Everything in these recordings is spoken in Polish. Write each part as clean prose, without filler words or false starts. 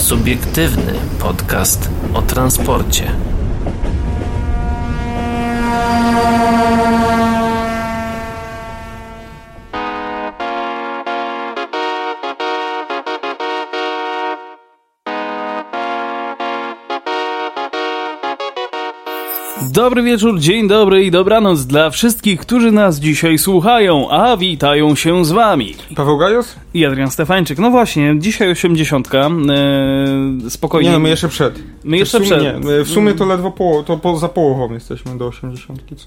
Subiektywny podcast o transporcie. Dobry wieczór, dzień dobry i dobranoc dla wszystkich, którzy nas dzisiaj słuchają, a witają się z wami Paweł Gajos i Adrian Stefańczyk. No właśnie, dzisiaj 80, spokojnie. Nie, no my jeszcze przed. My jeszcze przed. Nie, w sumie to ledwo za połową jesteśmy do 80, co?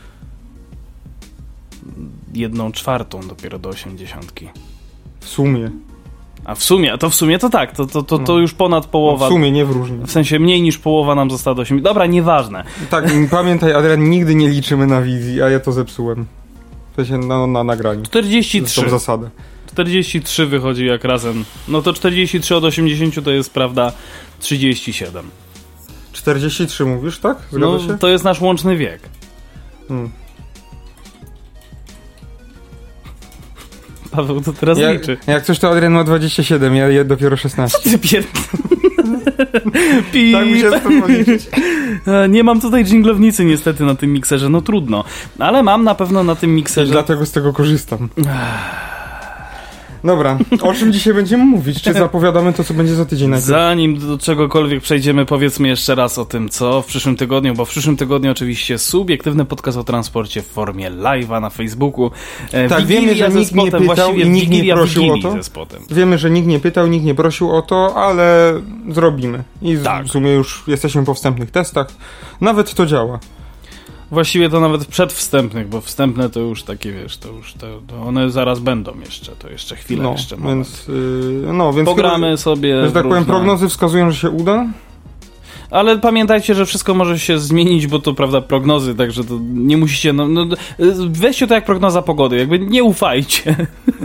1/4 dopiero do 80. W sumie. A w sumie to tak, to już ponad połowa. No w sumie, nie w różnicy. W sensie mniej niż połowa nam została do 80. Dobra, nieważne. Tak, pamiętaj, Adrian, nigdy nie liczymy na wizji, a ja to zepsułem. W sensie na nagraniu. 43. Tą zasadę. 43 wychodzi jak razem. No to 43 od 80 to jest, prawda, 37. 43 mówisz, tak? Zgadza się? To jest nasz łączny wiek. Paweł to teraz liczy. Jak coś, to Adrian ma 27, ja dopiero 16. Co ty Tak mi się z tym policzyć. Nie mam tutaj dżinglownicy niestety na tym mikserze, no trudno. Ale mam na pewno na tym mikserze. Dlatego z tego korzystam. Dobra, o czym dzisiaj będziemy mówić? Czy zapowiadamy to, co będzie za tydzień najpierw? Zanim do czegokolwiek przejdziemy, powiedzmy jeszcze raz o tym, co w przyszłym tygodniu, bo w przyszłym tygodniu oczywiście subiektywny podcast o transporcie w formie live'a na Facebooku. Tak, wiemy, że nikt nie pytał i nikt nie prosił o to. Wiemy, że nikt nie pytał, nikt nie prosił o to, ale zrobimy. I w sumie już jesteśmy po wstępnych testach. Nawet to działa. Właściwie to nawet przedwstępnych, bo wstępne to już takie, wiesz, to one zaraz będą jeszcze, to jeszcze chwilę jeszcze moment. Więc pogramy chyba, sobie. Że tak powiem, prognozy wskazują, że się uda. Ale pamiętajcie, że wszystko może się zmienić, bo to, prawda, prognozy, także to nie musicie, weźcie to jak prognoza pogody, jakby nie ufajcie.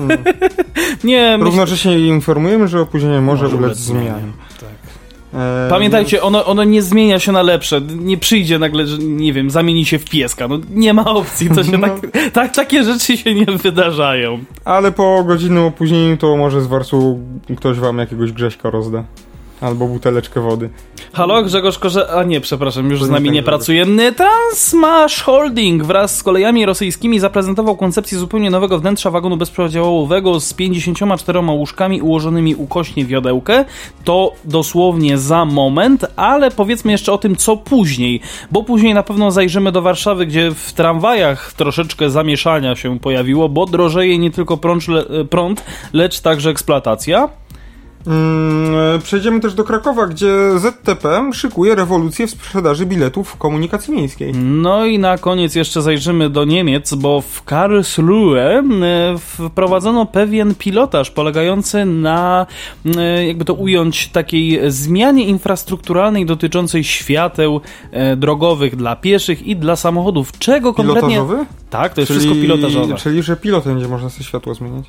Nie, równocześnie informujemy, że opóźnienie może ulec zmianie. Tak. Pamiętajcie, ono nie zmienia się na lepsze, nie przyjdzie nagle, że nie wiem, zamieni się w pieska, nie ma opcji, to się takie rzeczy się nie wydarzają. Ale po godzinnym opóźnieniu to może z Warsu ktoś wam jakiegoś Grześka rozda. Albo buteleczkę wody. Halo, Grzegorz przepraszam, już z nami nie pracuje. Transmash Holding wraz z kolejami rosyjskimi zaprezentował koncepcję zupełnie nowego wnętrza wagonu bezpodziałowego z 54 łóżkami ułożonymi ukośnie w jodełkę. To dosłownie za moment, ale powiedzmy jeszcze o tym, co później. Bo później na pewno zajrzymy do Warszawy, gdzie w tramwajach troszeczkę zamieszania się pojawiło, bo drożeje nie tylko prąd, lecz także eksploatacja. Przejdziemy też do Krakowa, gdzie ZTP szykuje rewolucję w sprzedaży biletów w komunikacji miejskiej. No i na koniec jeszcze zajrzymy do Niemiec, bo w Karlsruhe wprowadzono pewien pilotaż polegający na, jakby to ująć, takiej zmianie infrastrukturalnej dotyczącej świateł drogowych dla pieszych i dla samochodów. Czego konkretnie... Pilotażowy? Tak, to jest wszystko pilotażowe. Czyli, że pilotem będzie można sobie światło zmieniać.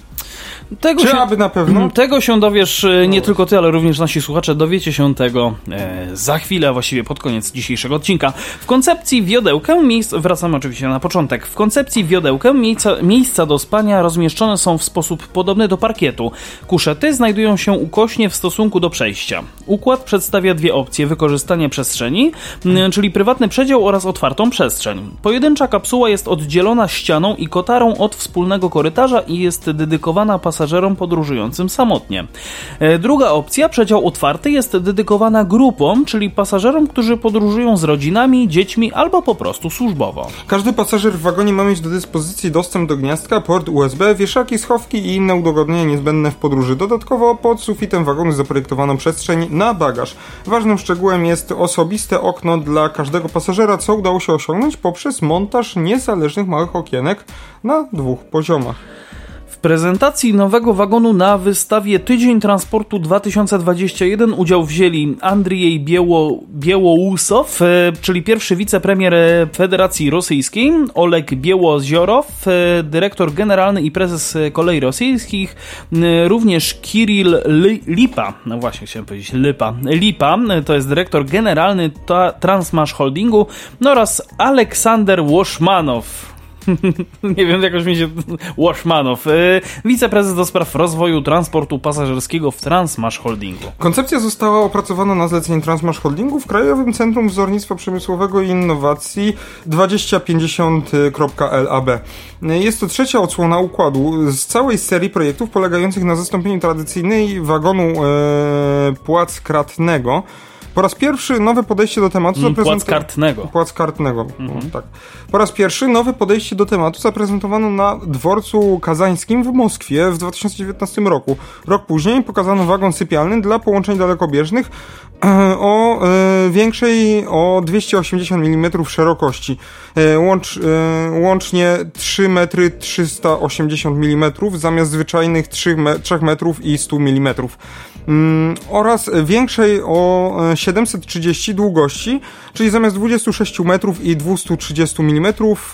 Aby na pewno? Tego się dowiesz nie tylko ty, ale również nasi słuchacze. Dowiecie się tego za chwilę, właściwie pod koniec dzisiejszego odcinka. W koncepcji wiodełkę wracamy oczywiście na początek. W koncepcji wiodełkę miejsca do spania rozmieszczone są w sposób podobny do parkietu. Kuszety znajdują się ukośnie w stosunku do przejścia. Układ przedstawia dwie opcje wykorzystania przestrzeni, czyli prywatny przedział oraz otwartą przestrzeń. Pojedyncza kapsuła jest oddzielona ścianą i kotarą od wspólnego korytarza i jest dedykowana pasażerom podróżującym samotnie. Druga opcja, przedział otwarty, jest dedykowana grupom, czyli pasażerom, którzy podróżują z rodzinami, dziećmi albo po prostu służbowo. Każdy pasażer w wagonie ma mieć do dyspozycji dostęp do gniazdka, port USB, wieszaki, schowki i inne udogodnienia niezbędne w podróży. Dodatkowo pod sufitem wagonu zaprojektowano przestrzeń na bagaż. Ważnym szczegółem jest osobiste okno dla każdego pasażera, co udało się osiągnąć poprzez montaż niezależnych małych okienek na 2 poziomach. W prezentacji nowego wagonu na wystawie Tydzień Transportu 2021 udział wzięli Andrzej Białołusow, czyli pierwszy wicepremier Federacji Rosyjskiej, Oleg Białoziorow, dyrektor generalny i prezes Kolei Rosyjskich, również Kirill Lipa, no właśnie chciałem powiedzieć Lipa, to jest dyrektor generalny Transmash Holdingu, no oraz Aleksander Łoszmanow. Nie wiem, jakoś mi się... Washmanow. Wiceprezes do spraw rozwoju transportu pasażerskiego w Transmash Holdingu. Koncepcja została opracowana na zlecenie Transmash Holdingu w Krajowym Centrum Wzornictwa Przemysłowego i Innowacji 2050.lab. Jest to trzecia odsłona układu z całej serii projektów polegających na zastąpieniu tradycyjnej wagonu płackratnego. Po raz pierwszy nowe podejście do tematu Płackartnego. Tak. Po raz pierwszy nowe podejście do tematu zaprezentowano na dworcu kazańskim w Moskwie w 2019 roku. Rok później pokazano wagon sypialny dla połączeń dalekobieżnych o większej o 280 mm szerokości. Łącznie 3 metry 380 mm zamiast zwyczajnych 3 metrów i 100 mm. Oraz większej o 730 długości, czyli zamiast 26 metrów i 230 mm,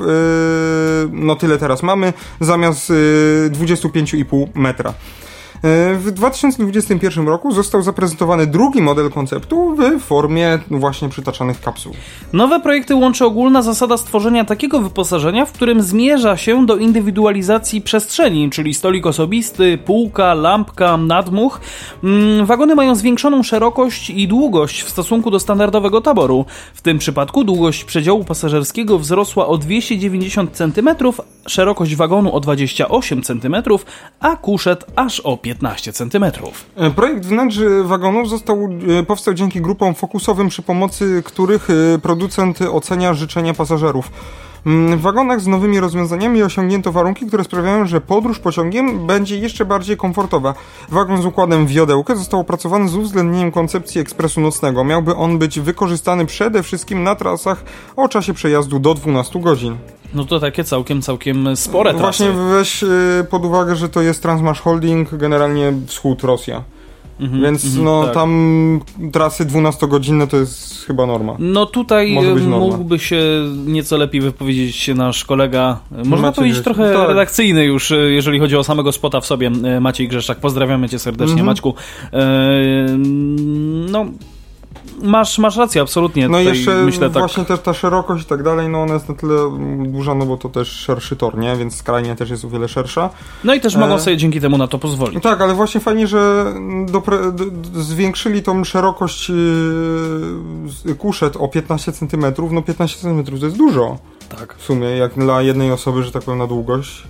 no tyle teraz mamy, zamiast 25,5 metra. W 2021 roku został zaprezentowany drugi model konceptu w formie właśnie przytaczanych kapsuł. Nowe projekty łączy ogólna zasada stworzenia takiego wyposażenia, w którym zmierza się do indywidualizacji przestrzeni, czyli stolik osobisty, półka, lampka, nadmuch. Wagony mają zwiększoną szerokość i długość w stosunku do standardowego taboru. W tym przypadku długość przedziału pasażerskiego wzrosła o 290 cm, szerokość wagonu o 28 cm, a kuszet aż o 15 cm. Projekt wnętrzy wagonów powstał dzięki grupom fokusowym, przy pomocy których producent ocenia życzenia pasażerów. W wagonach z nowymi rozwiązaniami osiągnięto warunki, które sprawiają, że podróż pociągiem będzie jeszcze bardziej komfortowa. Wagon z układem wiodełkę został opracowany z uwzględnieniem koncepcji ekspresu nocnego. Miałby on być wykorzystany przede wszystkim na trasach o czasie przejazdu do 12 godzin. No to takie całkiem spore trasy. Właśnie weź pod uwagę, że to jest Transmash Holding, generalnie wschód Rosja. Więc tak. Tam trasy 12-godzinne to jest chyba norma. No tutaj mógłby się nieco lepiej wypowiedzieć nasz kolega, można powiedzieć trochę redakcyjny już, jeżeli chodzi o samego spota w sobie, Maciej Grzeszczak. Pozdrawiamy cię serdecznie, Maćku. Masz rację, absolutnie. No i jeszcze myślę, właśnie też ta szerokość i tak dalej, no ona jest na tyle duża, no bo to też szerszy tor, nie? Więc skrajnie też jest o wiele szersza. No i też mogą sobie dzięki temu na to pozwolić. Tak, ale właśnie fajnie, że zwiększyli tą szerokość kuszet o 15 cm. No 15 cm to jest dużo. Tak. W sumie, jak dla jednej osoby, że tak powiem, na długość.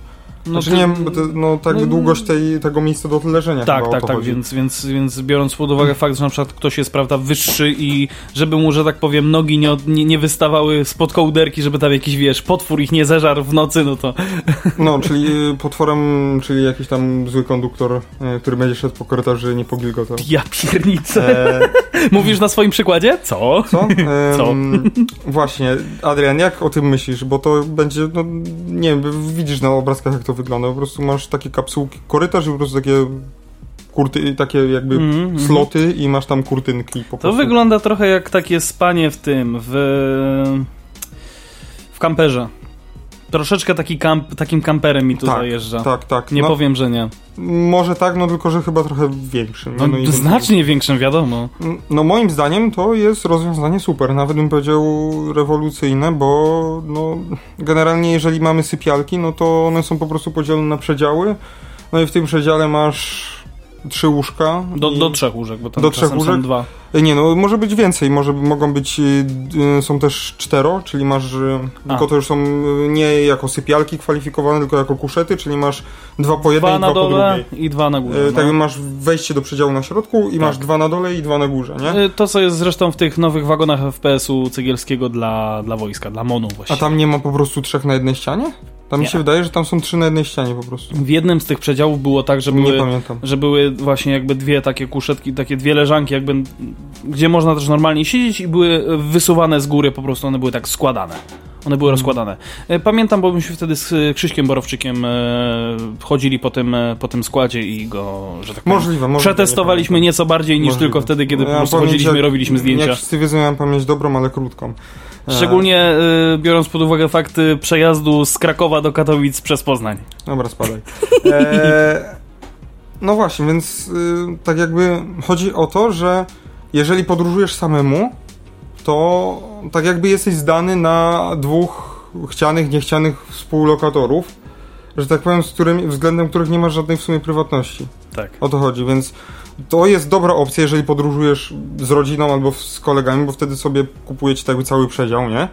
Długość tego miejsca do leżenia. Tak, więc biorąc pod uwagę fakt, że na przykład ktoś jest, prawda, wyższy i żeby mu, że tak powiem, nogi nie wystawały spod kołderki, żeby tam jakiś, potwór ich nie zeżarł w nocy, no to... No, czyli potworem, czyli jakiś tam zły konduktor, który będzie szedł po korytarzu, nie pogilgotał. Ja piernicę. Mówisz na swoim przykładzie? Co? Co? Właśnie, Adrian, jak o tym myślisz? Bo to będzie, nie wiem, widzisz na obrazkach, jak to wygląda. Po prostu masz takie kapsułki, korytarz i po prostu takie jakby sloty i masz tam kurtynki. Po prostu. To wygląda trochę jak takie spanie w kamperze. Troszeczkę takim kamperem mi tu zajeżdża. Tak. Nie powiem, że nie. Może tak, tylko że chyba trochę większym. Znacznie większym, wiadomo. No moim zdaniem to jest rozwiązanie super. Nawet bym powiedział rewolucyjne, bo generalnie jeżeli mamy sypialki, no to one są po prostu podzielone na przedziały. No i w tym przedziale masz 3 łóżka. Do 3 łóżek, bo tam czasem są 2. Nie, może być więcej. Mogą być, są też 4, czyli masz, tylko to już są nie jako sypialki kwalifikowane, tylko jako kuszety, czyli masz 2 po jednej, 2 po drugiej. I 2 na górze. Tak, masz wejście do przedziału na środku i masz 2 na dole i 2 na górze, nie? To, co jest zresztą w tych nowych wagonach FPS-u cegielskiego dla wojska, dla MON-u właściwie. A tam nie ma po prostu 3 na jednej ścianie? Tam mi się wydaje, że tam są 3 na jednej ścianie po prostu. W jednym z tych przedziałów było tak, że były właśnie jakby 2 takie kuszetki, takie 2 leżanki jakby, gdzie można też normalnie siedzieć i były wysuwane z góry, po prostu one były tak składane. One były rozkładane. Pamiętam, bo myśmy wtedy z Krzyśkiem Borowczykiem chodzili po tym składzie i go, że tak powiem, przetestowaliśmy nieco bardziej niż tylko wtedy, kiedy po prostu chodziliśmy i robiliśmy zdjęcia. Jak wszyscy wiedzą, miałem pamięć dobrą, ale krótką. Szczególnie biorąc pod uwagę fakt przejazdu z Krakowa do Katowic przez Poznań. Dobra, spadaj. No właśnie, więc tak jakby chodzi o to, że jeżeli podróżujesz samemu, to tak jakby jesteś zdany na 2 chcianych, niechcianych współlokatorów, że tak powiem, względem których nie masz żadnej w sumie prywatności. Tak. O to chodzi, więc to jest dobra opcja, jeżeli podróżujesz z rodziną albo z kolegami, bo wtedy sobie kupujecie tak jakby cały przedział, nie?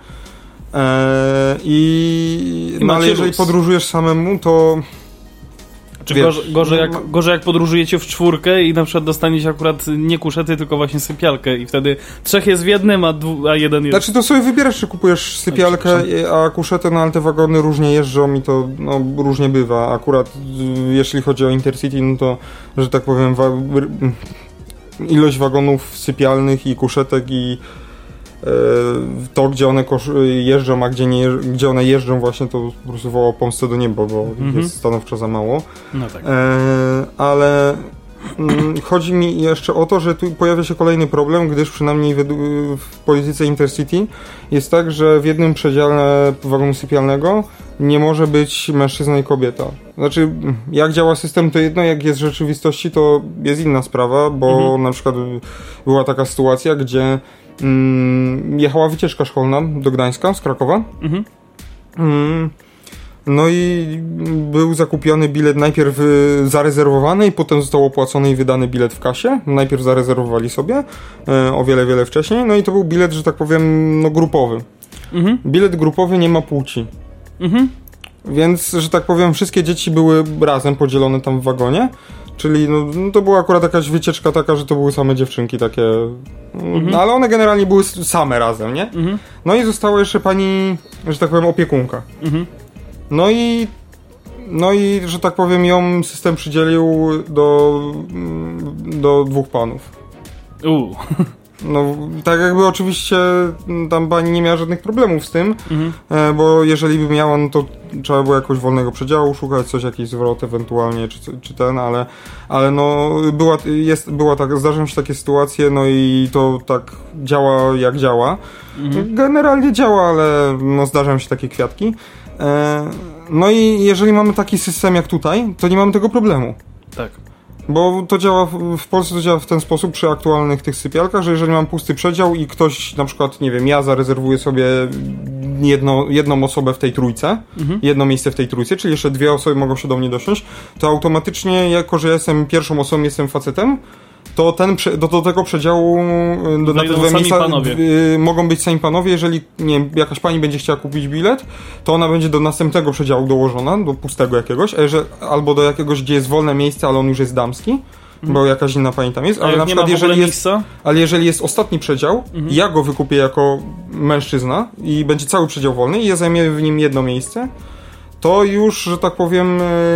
No ale jeżeli podróżujesz samemu, to... Czy gorzej jak podróżujecie w czwórkę i na przykład dostaniecie akurat nie kuszety, tylko właśnie sypialkę i wtedy 3 jest w jednym, a jeden jest... Znaczy to sobie wybierasz, czy kupujesz sypialkę, a kuszetę, no ale te wagony różnie jeżdżą i to różnie bywa. Akurat jeśli chodzi o Intercity, no to, że tak powiem, ilość wagonów sypialnych i kuszetek i to, gdzie one jeżdżą, a gdzie one jeżdżą właśnie, to po prostu wołało pomstę do nieba, bo jest stanowczo za mało. No tak. Ale chodzi mi jeszcze o to, że tu pojawia się kolejny problem, gdyż przynajmniej w polityce Intercity jest tak, że w jednym przedziale wagonu sypialnego nie może być mężczyzna i kobieta. Znaczy, jak działa system to jedno, jak jest w rzeczywistości to jest inna sprawa, bo na przykład była taka sytuacja, gdzie jechała wycieczka szkolna do Gdańska z Krakowa. No i był zakupiony bilet najpierw zarezerwowany i potem został opłacony i wydany bilet w kasie. Najpierw zarezerwowali sobie o wiele, wiele wcześniej. No i to był bilet, że tak powiem, grupowy. Bilet grupowy nie ma płci. Więc, że tak powiem, wszystkie dzieci były razem podzielone tam w wagonie. Czyli to była akurat jakaś wycieczka taka, że to były same dziewczynki takie, ale one generalnie były same razem, nie? No i została jeszcze pani, że tak powiem, opiekunka. No i, że tak powiem, ją system przydzielił do 2 panów. No, tak jakby oczywiście tam pani nie miała żadnych problemów z tym, bo jeżeli by miała, no to trzeba było jakoś wolnego przedziału szukać, coś, jakiś zwrot ewentualnie, czy ten, ale no była tak, zdarzają się takie sytuacje, no i to tak działa jak działa. Generalnie działa, ale no zdarzają się takie kwiatki. No i jeżeli mamy taki system jak tutaj, to nie mamy tego problemu. Tak. Bo to działa, w Polsce to działa w ten sposób przy aktualnych tych sypialkach, że jeżeli mam pusty przedział i ktoś, na przykład, nie wiem, ja zarezerwuję sobie jedną osobę w tej trójce, jedno miejsce w tej trójce, czyli jeszcze 2 osoby mogą się do mnie dosiąść, to automatycznie, jako że ja jestem pierwszą osobą, jestem facetem, to do tego przedziału na te 2 miejsca mogą być sami panowie. Jeżeli nie wiem, jakaś pani będzie chciała kupić bilet, to ona będzie do następnego przedziału dołożona, do pustego jakiegoś, albo do jakiegoś, gdzie jest wolne miejsce, ale on już jest damski, bo jakaś inna pani tam jest, ale na przykład jeżeli jest ostatni przedział, ja go wykupię jako mężczyzna i będzie cały przedział wolny i ja zajmę w nim jedno miejsce, to już, że tak powiem,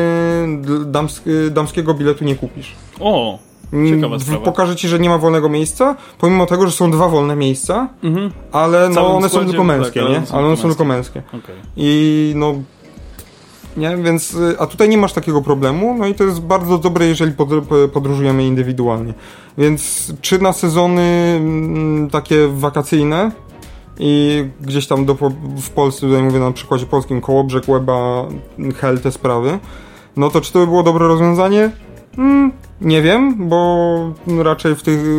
damskiego biletu nie kupisz. Ciekawa sprawa. Pokażę ci, że nie ma wolnego miejsca, pomimo tego, że są 2 wolne miejsca, ale no one są tylko męskie, tak, nie? Ale one są tylko męskie. Okay. I no... Nie, więc... A tutaj nie masz takiego problemu, no i to jest bardzo dobre, jeżeli podróżujemy indywidualnie. Więc czy na sezony takie wakacyjne i gdzieś tam w Polsce, tutaj mówię na przykładzie polskim, Kołobrzeg, Łeba, Hel, te sprawy, no to czy to by było dobre rozwiązanie? Nie wiem, bo raczej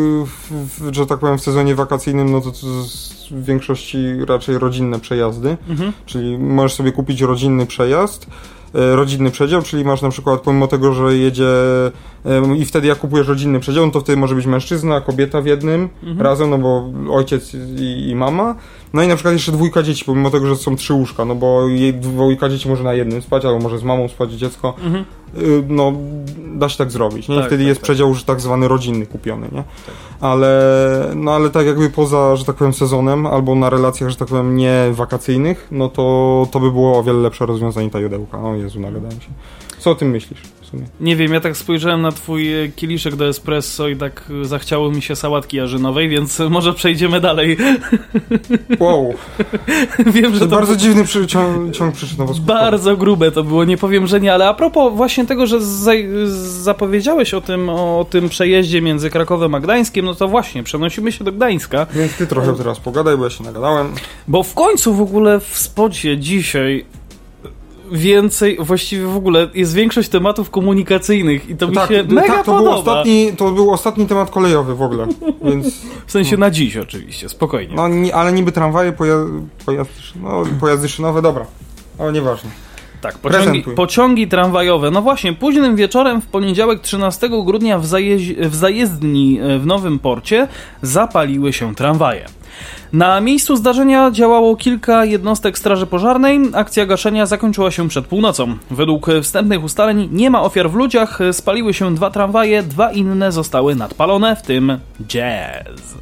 że tak powiem, w sezonie wakacyjnym, no to w większości raczej rodzinne przejazdy, czyli możesz sobie kupić rodzinny przejazd, rodzinny przedział, czyli masz na przykład, pomimo tego, że jedzie i wtedy jak kupujesz rodzinny przedział, no to wtedy może być mężczyzna, kobieta w jednym razem, no bo ojciec i mama, no i na przykład jeszcze 2 dzieci, pomimo tego, że są 3 łóżka, no bo 2 dzieci może na jednym spać, albo może z mamą spać dziecko, no da się tak zrobić, nie? I wtedy jest przedział już tak zwany rodzinny kupiony, nie? Tak. Ale tak jakby poza, że tak powiem, sezonem, albo na relacjach, że tak powiem, nie wakacyjnych, no to by było o wiele lepsze rozwiązanie ta jodełka. O Jezu, nagadałem się. Co o tym myślisz w sumie? Nie wiem, ja tak spojrzałem na twój kieliszek do espresso i tak zachciało mi się sałatki jarzynowej, więc może przejdziemy dalej. Wow. Wiem, że to bardzo dziwny ciąg przyczynowo-skutkowy. Bardzo grube to było, nie powiem, że nie, ale a propos właśnie tego, że zapowiedziałeś o tym przejeździe między Krakowem a Gdańskiem, no to właśnie, przenosimy się do Gdańska. Więc ty trochę teraz pogadaj, bo ja się nagadałem. Bo w końcu w ogóle w spocie dzisiaj więcej, właściwie w ogóle jest większość tematów komunikacyjnych i to mi się mega podoba. To był ostatni temat kolejowy w ogóle, więc... W sensie na dziś oczywiście, spokojnie. No, ale niby tramwaje, pojazdy szynowe, dobra, ale nieważne. Tak, pociągi tramwajowe. No właśnie, późnym wieczorem w poniedziałek 13 grudnia w zajezdni w Nowym Porcie zapaliły się tramwaje. Na miejscu zdarzenia działało kilka jednostek straży pożarnej. Akcja gaszenia zakończyła się przed północą. Według wstępnych ustaleń nie ma ofiar w ludziach. Spaliły się 2 tramwaje, 2 inne zostały nadpalone, w tym Jazz.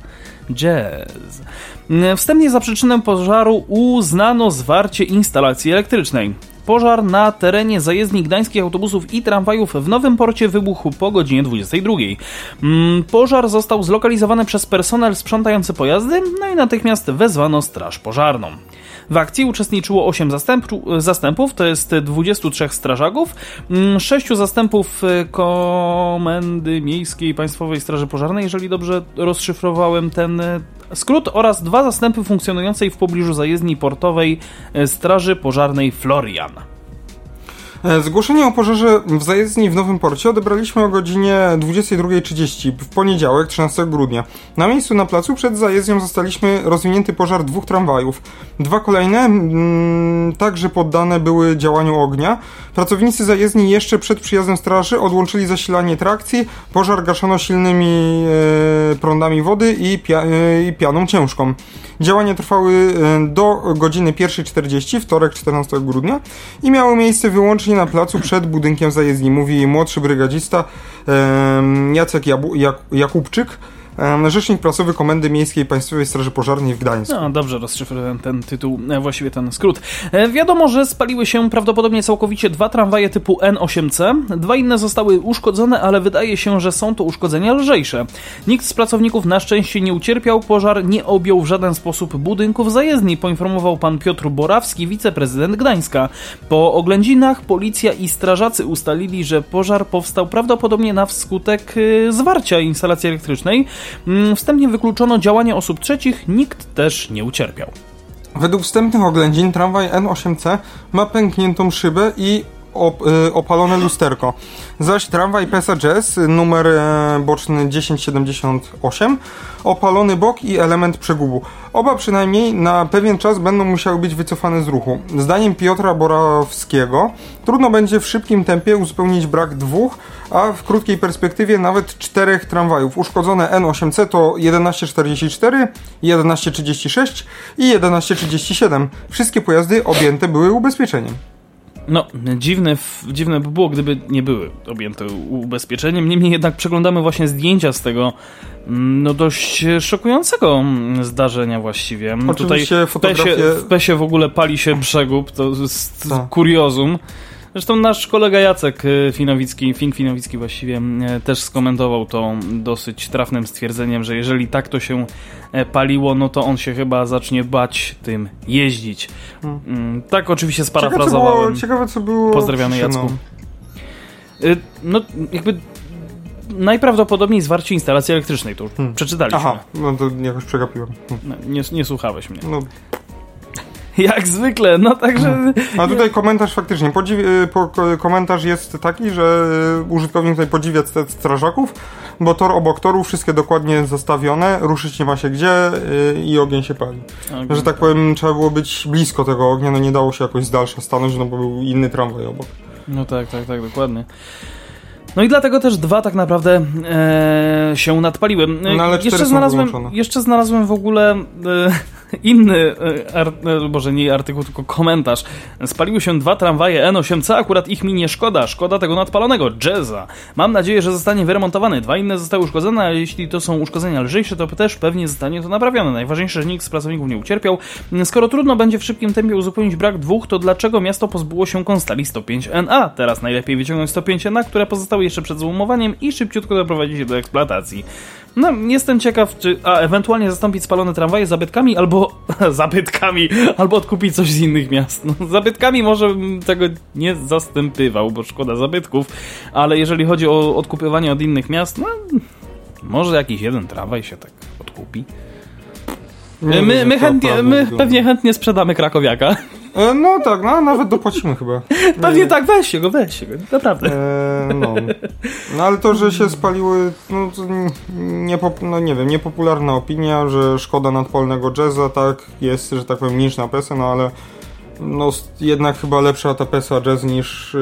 Wstępnie za przyczynę pożaru uznano zwarcie instalacji elektrycznej. Pożar na terenie zajezdni gdańskich autobusów i tramwajów w Nowym Porcie wybuchł po godzinie 22. Pożar został zlokalizowany przez personel sprzątający pojazdy, no i natychmiast wezwano straż pożarną. W akcji uczestniczyło 8 zastępów, to jest 23 strażaków, 6 zastępów Komendy Miejskiej Państwowej Straży Pożarnej, jeżeli dobrze rozszyfrowałem ten skrót, oraz 2 zastępy funkcjonującej w pobliżu zajezdni portowej Straży Pożarnej Florian. Zgłoszenie o pożarze w zajezdni w Nowym Porcie odebraliśmy o godzinie 22:30 w poniedziałek 13 grudnia. Na miejscu na placu przed zajezdnią zostaliśmy rozwinięty pożar 2 tramwajów. 2 kolejne także poddane były działaniu ognia. Pracownicy zajezdni jeszcze przed przyjazdem straży odłączyli zasilanie trakcji. Pożar gaszono silnymi prądami wody i pianą ciężką. Działania trwały do godziny 1:40, wtorek 14 grudnia i miały miejsce wyłącznie na placu przed budynkiem zajezdni, mówi młodszy brygadzista Jacek Jakubczyk, rzecznik prasowy Komendy Miejskiej Państwowej Straży Pożarnej w Gdańsku. No dobrze, rozszyfrowałem ten tytuł, właściwie ten skrót. Wiadomo, że spaliły się prawdopodobnie całkowicie 2 tramwaje typu N8C. 2 inne zostały uszkodzone, ale wydaje się, że są to uszkodzenia lżejsze. Nikt z pracowników na szczęście nie ucierpiał. Pożar nie objął w żaden sposób budynków zajezdni, poinformował pan Piotr Borawski, wiceprezydent Gdańska. Po oględzinach policja i strażacy ustalili, że pożar powstał prawdopodobnie na skutek zwarcia instalacji elektrycznej. Wstępnie wykluczono działanie osób trzecich, nikt też nie ucierpiał. Według wstępnych oględzin tramwaj N8C ma pękniętą szybę i opalone lusterko, zaś tramwaj PESA Jazz numer boczny 1078 opalony bok i element przegubu. Oba przynajmniej na pewien czas będą musiały być wycofane z ruchu. Zdaniem Piotra Borawskiego trudno będzie w szybkim tempie uzupełnić brak 2, a w krótkiej perspektywie nawet 4 tramwajów. Uszkodzone N8C to 1144, 1136 i 1137. Wszystkie pojazdy objęte były ubezpieczeniem. No, dziwne by było, gdyby nie były objęte ubezpieczeniem. Niemniej jednak przeglądamy właśnie zdjęcia z tego dość szokującego zdarzenia właściwie. Oczywiście tutaj w PES-ie w ogóle pali się przegub, to jest kuriozum. Zresztą nasz kolega Jacek Finowicki właściwie też skomentował to dosyć trafnym stwierdzeniem, że jeżeli tak to się paliło, no to on się chyba zacznie bać tym jeździć. Tak oczywiście sparafrazowałem. Ciekawe co było. Pozdrawiamy Jacku. No jakby najprawdopodobniej zwarcie instalacji elektrycznej, to już przeczytaliśmy. Aha, no to jakoś przegapiłem. Nie słuchałeś mnie. No. Jak zwykle, no także... A tutaj komentarz faktycznie, komentarz jest taki, że użytkownik tutaj podziwia strażaków, bo tor obok toru, wszystkie dokładnie zostawione, ruszyć nie ma się gdzie i ogień się pali. Okay. Że tak powiem, trzeba było być blisko tego ognia, no nie dało się jakoś z dalsza stanąć, no bo był inny tramwaj obok. No tak, dokładnie. No i dlatego też 2 tak naprawdę się nadpaliły. No ale jeszcze znalazłem w ogóle inny, nie artykuł, tylko komentarz. Spaliły się 2 tramwaje N8C, akurat ich mi nie szkoda. Szkoda tego nadpalonego Jazza. Mam nadzieję, że zostanie wyremontowany. 2 inne zostały uszkodzone, a jeśli to są uszkodzenia lżejsze, to też pewnie zostanie to naprawione. Najważniejsze, że nikt z pracowników nie ucierpiał. Skoro trudno będzie w szybkim tempie uzupełnić brak 2, to dlaczego miasto pozbyło się konstali 105NA? Teraz najlepiej wyciągnąć 105NA, które pozostały jeszcze przed złomowaniem i szybciutko doprowadzić je do eksploatacji. No, jestem ciekaw, ewentualnie zastąpić spalone tramwaje zabytkami albo odkupić coś z innych miast. No, zabytkami może bym tego nie zastępywał, bo szkoda zabytków, ale jeżeli chodzi o odkupywanie od innych miast, no, może jakiś jeden tramwaj się tak odkupi. My pewnie chętnie sprzedamy krakowiaka. No tak, nawet dopłacimy chyba. Pewnie tak, weź się go, naprawdę. No ale to, że się spaliły, niepopularna opinia, że szkoda nadpolnego jazza, tak, jest, że tak powiem, niż na PESA, no ale jednak chyba lepsza ta PESA jazz niż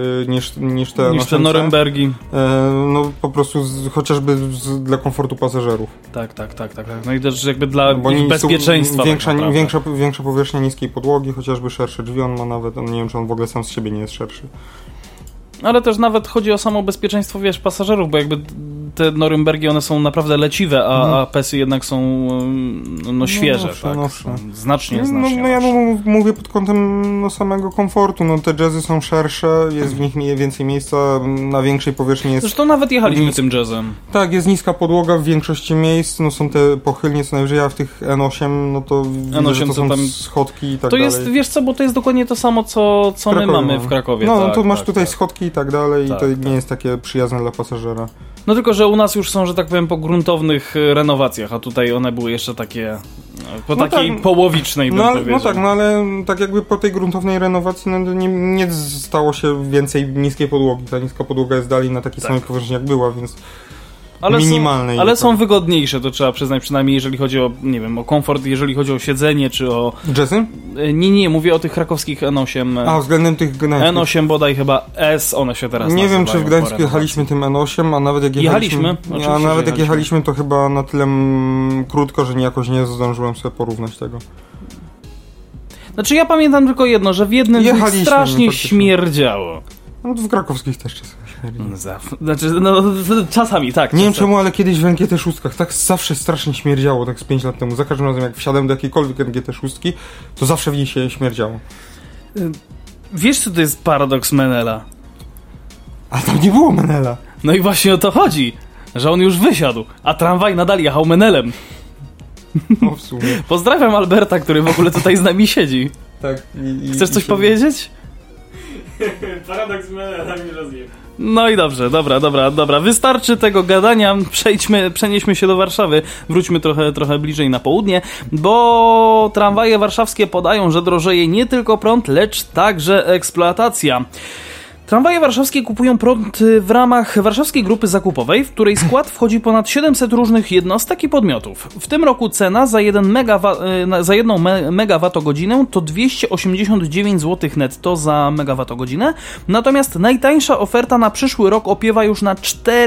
te Norymbergi. Po prostu chociażby dla komfortu pasażerów. Tak. No i też jakby dla bezpieczeństwa. Większa powierzchnia niskiej podłogi, chociażby szersze drzwi on ma nawet, nie wiem czy on w ogóle sam z siebie nie jest szerszy. Ale też nawet chodzi o samo bezpieczeństwo, pasażerów, bo jakby te Norymbergi, one są naprawdę leciwe, a PESy jednak są świeże, znacznie ja mówię pod kątem samego komfortu, te jazzy są szersze, jest w nich więcej miejsca, na większej powierzchni jest... Zresztą nawet jechaliśmy tym jazzem. Tak, jest niska podłoga w większości miejsc, są te pochylnie, co najwyżej, a w tych N8, to widzę, że to są schodki i tak dalej. To jest, wiesz co, bo to jest dokładnie to samo, co my mamy w Krakowie. To masz tutaj schodki i tak dalej i to nie jest takie przyjazne dla pasażera. No tylko, że u nas już są, że tak powiem, po gruntownych renowacjach, a tutaj one były jeszcze takie takiej połowicznej, bym powiedział. Ale tak jakby po tej gruntownej renowacji nie stało się więcej niskiej podłogi. Ta niska podłoga jest dalej na takiej samej powierzchni jak była, więc minimalnej. Ale są wygodniejsze, to trzeba przyznać, przynajmniej jeżeli chodzi o, nie wiem, o komfort, jeżeli chodzi o siedzenie, czy o... Jazzy? Nie, mówię o tych krakowskich N8. Względem tych gdańskich. N8 bodaj chyba S, one się teraz nazywają. Nie wiem, czy w Gdańsku jechaliśmy tym N8, a nawet jak jechaliśmy, to chyba na tyle krótko, że jakoś nie zdążyłem sobie porównać tego. Znaczy ja pamiętam tylko jedno, że w jednym strasznie śmierdziało. W krakowskich też czasami śmierdzi. Czasami, tak. Nie wiem czemu, ale kiedyś w NGT6 tak zawsze strasznie śmierdziało, tak z 5 lat temu. Za każdym razem, jak wsiadłem do jakiejkolwiek NGT6, to zawsze w niej się śmierdziało. Wiesz, co to jest paradoks Menela? A tam nie było Menela. No i właśnie o to chodzi, że on już wysiadł, a tramwaj nadal jechał Menelem. W sumie. Pozdrawiam Alberta, który w ogóle tutaj z nami siedzi. Tak. Chcesz coś powiedzieć? Paradoks Menela mi rozjebał. No i dobrze, dobra. Wystarczy tego gadania, przenieśmy się do Warszawy, wróćmy trochę bliżej na południe, bo tramwaje warszawskie podają, że drożeje nie tylko prąd, lecz także eksploatacja. Tramwaje warszawskie kupują prąd w ramach Warszawskiej Grupy Zakupowej, w której skład wchodzi ponad 700 różnych jednostek i podmiotów. W tym roku cena za 1 megawattogodzinę to 289 zł netto za megawattogodzinę, natomiast najtańsza oferta na przyszły rok opiewa już na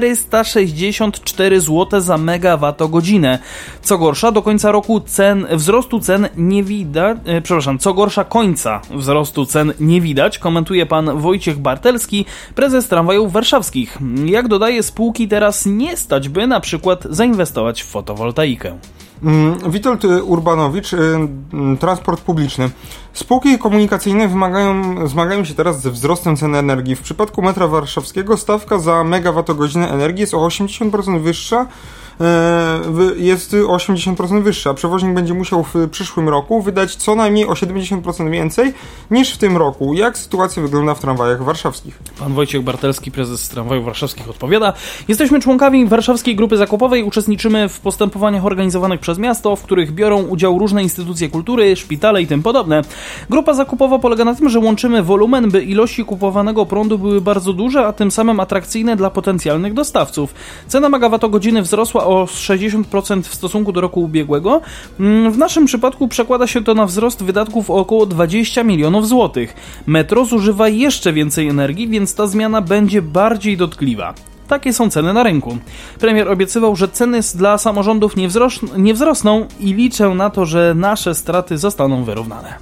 464 zł za megawattogodzinę. Co gorsza, do końca roku wzrostu cen nie widać, co gorsza, końca wzrostu cen nie widać, komentuje pan Wojciech Bartel, prezes tramwajów warszawskich. Jak dodaje, spółki teraz nie stać, by na przykład zainwestować w fotowoltaikę. Witold Urbanowicz, transport publiczny. Spółki komunikacyjne zmagają się teraz ze wzrostem cen energii. W przypadku metra warszawskiego stawka za megawattogodzinę energii jest o 80% wyższa. Jest o 80% wyższa. Przewoźnik będzie musiał w przyszłym roku wydać co najmniej o 70% więcej niż w tym roku. Jak sytuacja wygląda w tramwajach warszawskich? Pan Wojciech Bartelski, prezes tramwajów warszawskich, odpowiada: jesteśmy członkami Warszawskiej Grupy Zakupowej, uczestniczymy w postępowaniach organizowanych przez miasto, w których biorą udział różne instytucje kultury, szpitale i tym podobne. Grupa zakupowa polega na tym, że łączymy wolumen, by ilości kupowanego prądu były bardzo duże, a tym samym atrakcyjne dla potencjalnych dostawców. Cena megawattogodziny wzrosła o 60% w stosunku do roku ubiegłego. W naszym przypadku przekłada się to na wzrost wydatków o około 20 milionów złotych. Metro zużywa jeszcze więcej energii, więc ta zmiana będzie bardziej dotkliwa. Takie są ceny na rynku. Premier obiecywał, że ceny dla samorządów nie wzrosną i liczę na to, że nasze straty zostaną wyrównane.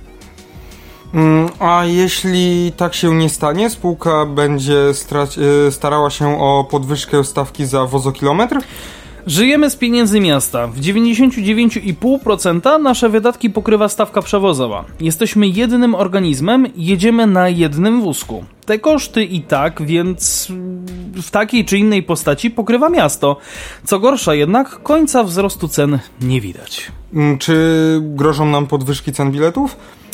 A jeśli tak się nie stanie, spółka będzie starała się o podwyżkę stawki za wozokilometr? Żyjemy z pieniędzy miasta. W 99,5% nasze wydatki pokrywa stawka przewozowa. Jesteśmy jednym organizmem, jedziemy na jednym wózku. Te koszty i tak, więc w takiej czy innej postaci pokrywa miasto. Co gorsza jednak, końca wzrostu cen nie widać. Czy grożą nam podwyżki cen biletów?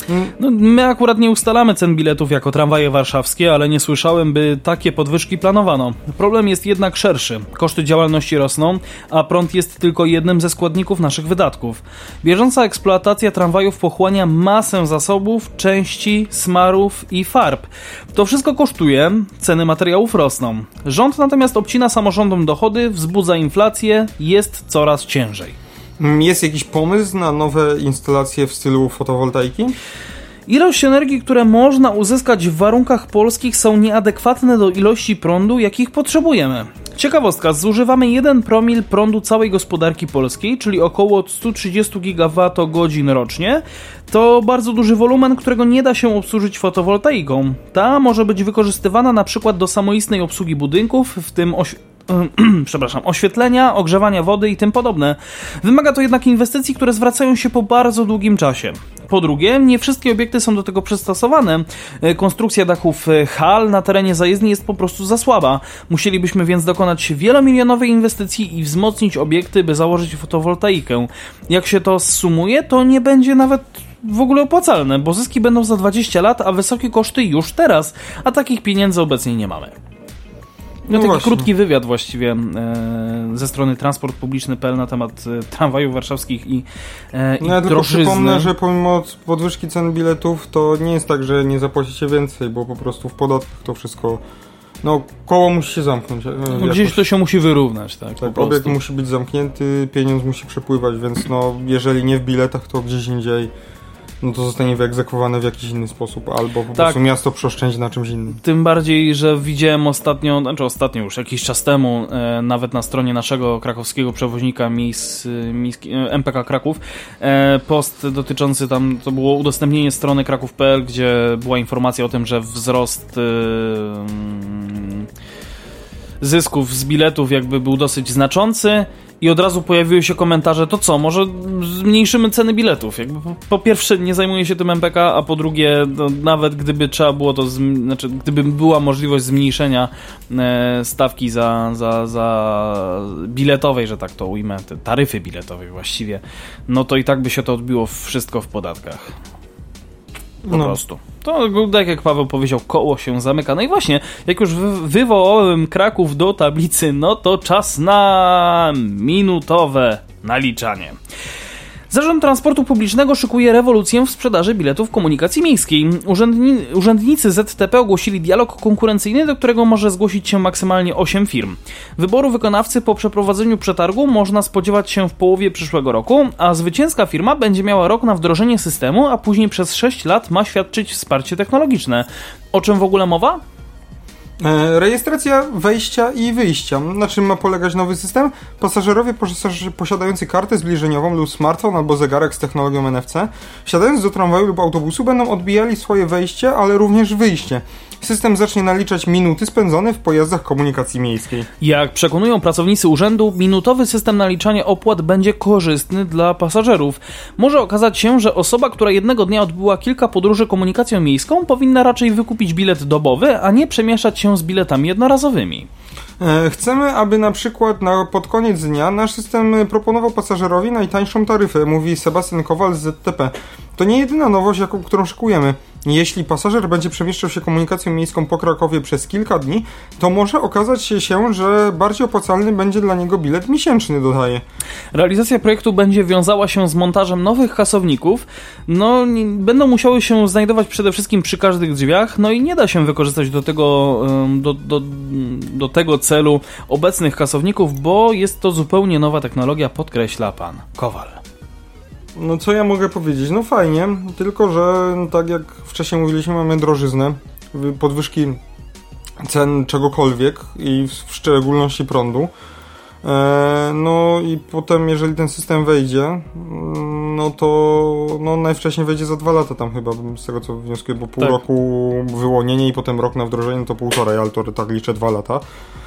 No, my akurat nie ustalamy cen biletów jako tramwaje warszawskie, ale nie słyszałem, by takie podwyżki planowano. Problem jest jednak szerszy. Koszty działalności rosną, a prąd jest tylko jednym ze składników naszych wydatków. Bieżąca eksploatacja tramwajów pochłania masę zasobów, części, smarów i farb. To wszystko kosztuje, ceny materiałów rosną. Rząd natomiast obcina samorządom dochody, wzbudza inflację, jest coraz ciężej. Jest jakiś pomysł na nowe instalacje w stylu fotowoltaiki? Ilość energii, które można uzyskać w warunkach polskich, są nieadekwatne do ilości prądu, jakich potrzebujemy. Ciekawostka, zużywamy 1 promil prądu całej gospodarki polskiej, czyli około 130 GWh rocznie. To bardzo duży wolumen, którego nie da się obsłużyć fotowoltaiką. Ta może być wykorzystywana na przykład do samoistnej obsługi budynków, w tym oświetlenia, ogrzewania wody i tym podobne. Wymaga to jednak inwestycji, które zwracają się po bardzo długim czasie. Po drugie, nie wszystkie obiekty są do tego przystosowane. Konstrukcja dachów hal na terenie zajezdni jest po prostu za słaba. Musielibyśmy więc dokonać wielomilionowej inwestycji i wzmocnić obiekty, by założyć fotowoltaikę. Jak się to zsumuje, to nie będzie nawet w ogóle opłacalne, bo zyski będą za 20 lat, a wysokie koszty już teraz, a takich pieniędzy obecnie nie mamy. No taki krótki wywiad właściwie ze strony transportpubliczny.pl na temat tramwajów warszawskich i ja tylko przypomnę, że pomimo podwyżki cen biletów to nie jest tak, że nie zapłacicie więcej, bo po prostu w podatkach to wszystko, no koło musi się zamknąć. Gdzieś to się musi wyrównać, tak? Tak, obiekt musi być zamknięty, pieniądz musi przepływać, więc no jeżeli nie w biletach, to gdzieś indziej. No to zostanie wyegzekwowane w jakiś inny sposób, albo po prostu miasto przeoszczędzi na czymś innym. Tym bardziej, że widziałem ostatnio już jakiś czas temu, nawet na stronie naszego krakowskiego przewoźnika MPK Kraków, post dotyczący tam, to było udostępnienie strony kraków.pl, gdzie była informacja o tym, że wzrost zysków z biletów jakby był dosyć znaczący. I od razu pojawiły się komentarze, to co, może zmniejszymy ceny biletów? Jakby po pierwsze nie zajmuje się tym MPK, a po drugie no, nawet gdyby trzeba było to, gdyby była możliwość zmniejszenia stawki za biletowej, że tak to ujmę, taryfy biletowej właściwie, no to i tak by się to odbiło wszystko w podatkach. Po prostu. To tak jak Paweł powiedział, koło się zamyka. No i właśnie, jak już wywołałem Kraków do tablicy, no to czas na minutowe naliczanie. Zarząd Transportu Publicznego szykuje rewolucję w sprzedaży biletów komunikacji miejskiej. Urzędnicy ZTP ogłosili dialog konkurencyjny, do którego może zgłosić się maksymalnie 8 firm. Wyboru wykonawcy po przeprowadzeniu przetargu można spodziewać się w połowie przyszłego roku, a zwycięska firma będzie miała rok na wdrożenie systemu, a później przez 6 lat ma świadczyć wsparcie technologiczne. O czym w ogóle mowa? Rejestracja wejścia i wyjścia. Na czym ma polegać nowy system? Pasażerowie posiadający kartę zbliżeniową lub smartfon albo zegarek z technologią NFC, wsiadając do tramwaju lub autobusu, będą odbijali swoje wejście, ale również wyjście. System zacznie naliczać minuty spędzone w pojazdach komunikacji miejskiej. Jak przekonują pracownicy urzędu, minutowy system naliczania opłat będzie korzystny dla pasażerów. Może okazać się, że osoba, która jednego dnia odbyła kilka podróży komunikacją miejską, powinna raczej wykupić bilet dobowy, a nie przemieszać się z biletami jednorazowymi. Chcemy, aby na przykład pod koniec dnia nasz system proponował pasażerowi najtańszą taryfę, mówi Sebastian Kowal z ZTP. To nie jedyna nowość, którą szykujemy. Jeśli pasażer będzie przemieszczał się komunikacją miejską po Krakowie przez kilka dni, to może okazać się, że bardziej opłacalny będzie dla niego bilet miesięczny, dodaje. Realizacja projektu będzie wiązała się z montażem nowych kasowników. No, będą musiały się znajdować przede wszystkim przy każdych drzwiach, no i nie da się wykorzystać do tego celu obecnych kasowników, bo jest to zupełnie nowa technologia, podkreśla pan Kowal. No co ja mogę powiedzieć? No fajnie, tylko że tak jak wcześniej mówiliśmy, mamy drożyznę, podwyżki cen czegokolwiek i w szczególności prądu. No i potem jeżeli ten system wejdzie, no to najwcześniej wejdzie za 2 lata tam chyba, z tego co wnioskuję, bo pół roku wyłonienie i potem rok na wdrożenie to 1,5, ale to tak liczę 2 lata.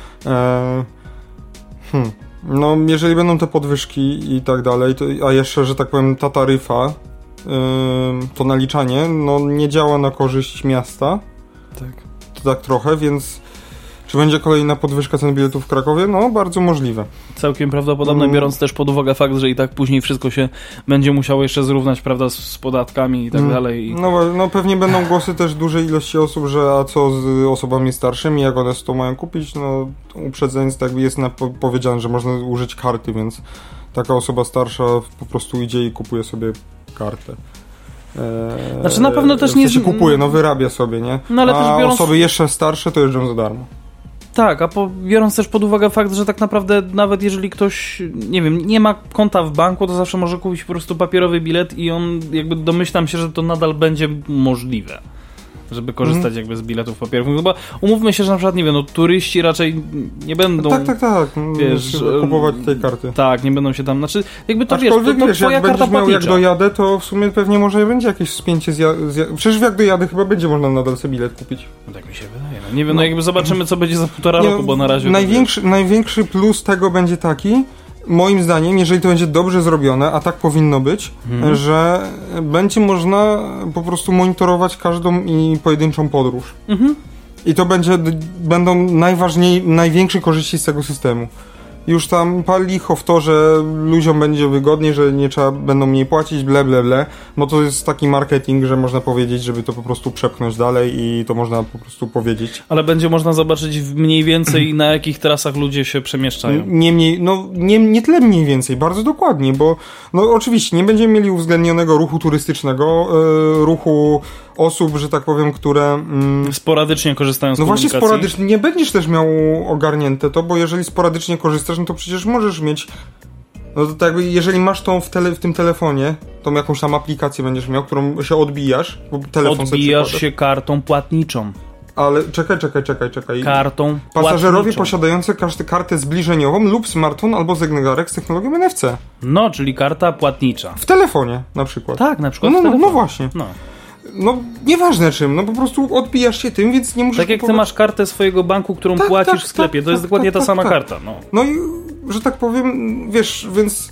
No, jeżeli będą te podwyżki i tak dalej, a jeszcze, że tak powiem, ta taryfa, to naliczanie, no nie działa na korzyść miasta. Tak. To tak trochę, więc Czy będzie kolejna podwyżka cen biletów w Krakowie? No, bardzo możliwe. Całkiem prawdopodobne, biorąc też pod uwagę fakt, że i tak później wszystko się będzie musiało jeszcze zrównać, prawda, z podatkami i tak dalej. No pewnie będą głosy też dużej ilości osób, że a co z osobami starszymi, jak one to mają kupić? No, uprzedzając, tak jest powiedziane, że można użyć karty, więc taka osoba starsza po prostu idzie i kupuje sobie kartę. Znaczy na pewno też nie... kupuje, wyrabia sobie, nie? No, ale też biorąc... osoby jeszcze starsze to jeżdżą za darmo. Tak, a biorąc też pod uwagę fakt, że tak naprawdę nawet jeżeli ktoś, nie wiem, nie ma konta w banku, to zawsze może kupić po prostu papierowy bilet i on jakby domyślam się, że to nadal będzie możliwe, żeby korzystać jakby z biletów papierowych, no bo umówmy się, że na przykład, nie wiem, turyści raczej nie będą... Tak, wiesz, kupować tej karty. Tak, nie będą się tam, znaczy jakby to aczkolwiek to twoja jak karta będziesz miał, jak płatnicza. dojadę, to w sumie pewnie może będzie jakieś wspięcie przecież jak dojadę chyba będzie można nadal sobie bilet kupić. No tak mi się wydaje. No nie wiem, jakby zobaczymy, co będzie za 1,5 roku, bo na razie... Największy plus tego będzie taki, moim zdaniem, jeżeli to będzie dobrze zrobione, a tak powinno być, że będzie można po prostu monitorować każdą i pojedynczą podróż. I to będą największe korzyści z tego systemu. Już tam pal licho w to, że ludziom będzie wygodniej, że nie trzeba, będą mniej płacić, ble, bo to jest taki marketing, że można powiedzieć, żeby to po prostu przepchnąć dalej i to można po prostu powiedzieć. Ale będzie można zobaczyć mniej więcej na jakich trasach ludzie się przemieszczają. Nie tyle mniej więcej, bardzo dokładnie, bo oczywiście nie będziemy mieli uwzględnionego ruchu turystycznego, ruchu osób, że tak powiem, które... sporadycznie korzystają z komunikacji. No właśnie sporadycznie, nie będziesz też miał ogarnięte to, bo jeżeli sporadycznie korzystasz, no to przecież możesz mieć... No to jakby, jeżeli masz tą w tym telefonie, tą jakąś tam aplikację będziesz miał, którą się odbijasz, bo telefon odbijasz się kartą płatniczą. Ale czekaj. Kartą pasażerowie płatniczą. Posiadający kartę zbliżeniową lub smartfon albo zegarek z technologią NFC. No, czyli karta płatnicza. W telefonie na przykład. Tak, na przykład w telefonie. No właśnie. No, nieważne czym, po prostu odbijasz się tym, więc nie musisz tak jak ty masz kartę swojego banku, którą płacisz w sklepie, to jest dokładnie ta sama karta. No i, że tak powiem, wiesz, więc...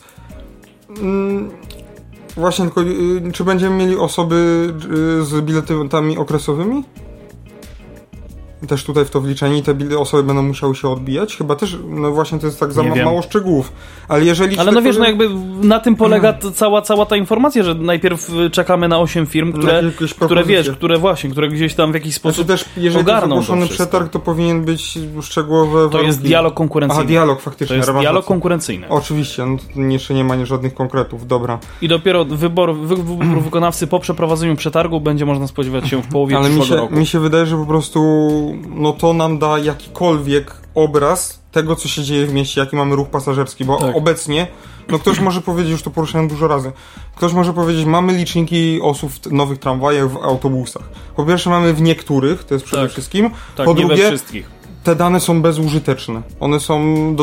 właśnie tylko, czy będziemy mieli osoby z biletami okresowymi? Też tutaj w to wliczeni, te osoby będą musiały się odbijać? Chyba też, właśnie to jest tak za mało szczegółów. Ale jeżeli... Ale wiesz, jakby na tym polega cała ta informacja, że najpierw czekamy na 8 firm, które gdzieś tam w jakiś sposób też, jeżeli ogarną jest ogłoszony przetarg, to powinien być szczegółowe warunki. To jest dialog konkurencyjny. Dialog faktycznie. To jest dialog konkurencyjny. Oczywiście, jeszcze nie ma żadnych konkretów, dobra. I dopiero wybór wykonawcy po przeprowadzeniu przetargu będzie można spodziewać się w połowie przyszłego roku. Mi się wydaje, że po prostu to nam da jakikolwiek obraz tego, co się dzieje w mieście, jaki mamy ruch pasażerski, bo obecnie, ktoś może powiedzieć, już to poruszałem dużo razy, ktoś może powiedzieć, mamy liczniki osób w nowych tramwajach, w autobusach. Po pierwsze mamy w niektórych, to jest przede wszystkim. Po drugie, we wszystkich. Te dane są bezużyteczne. One są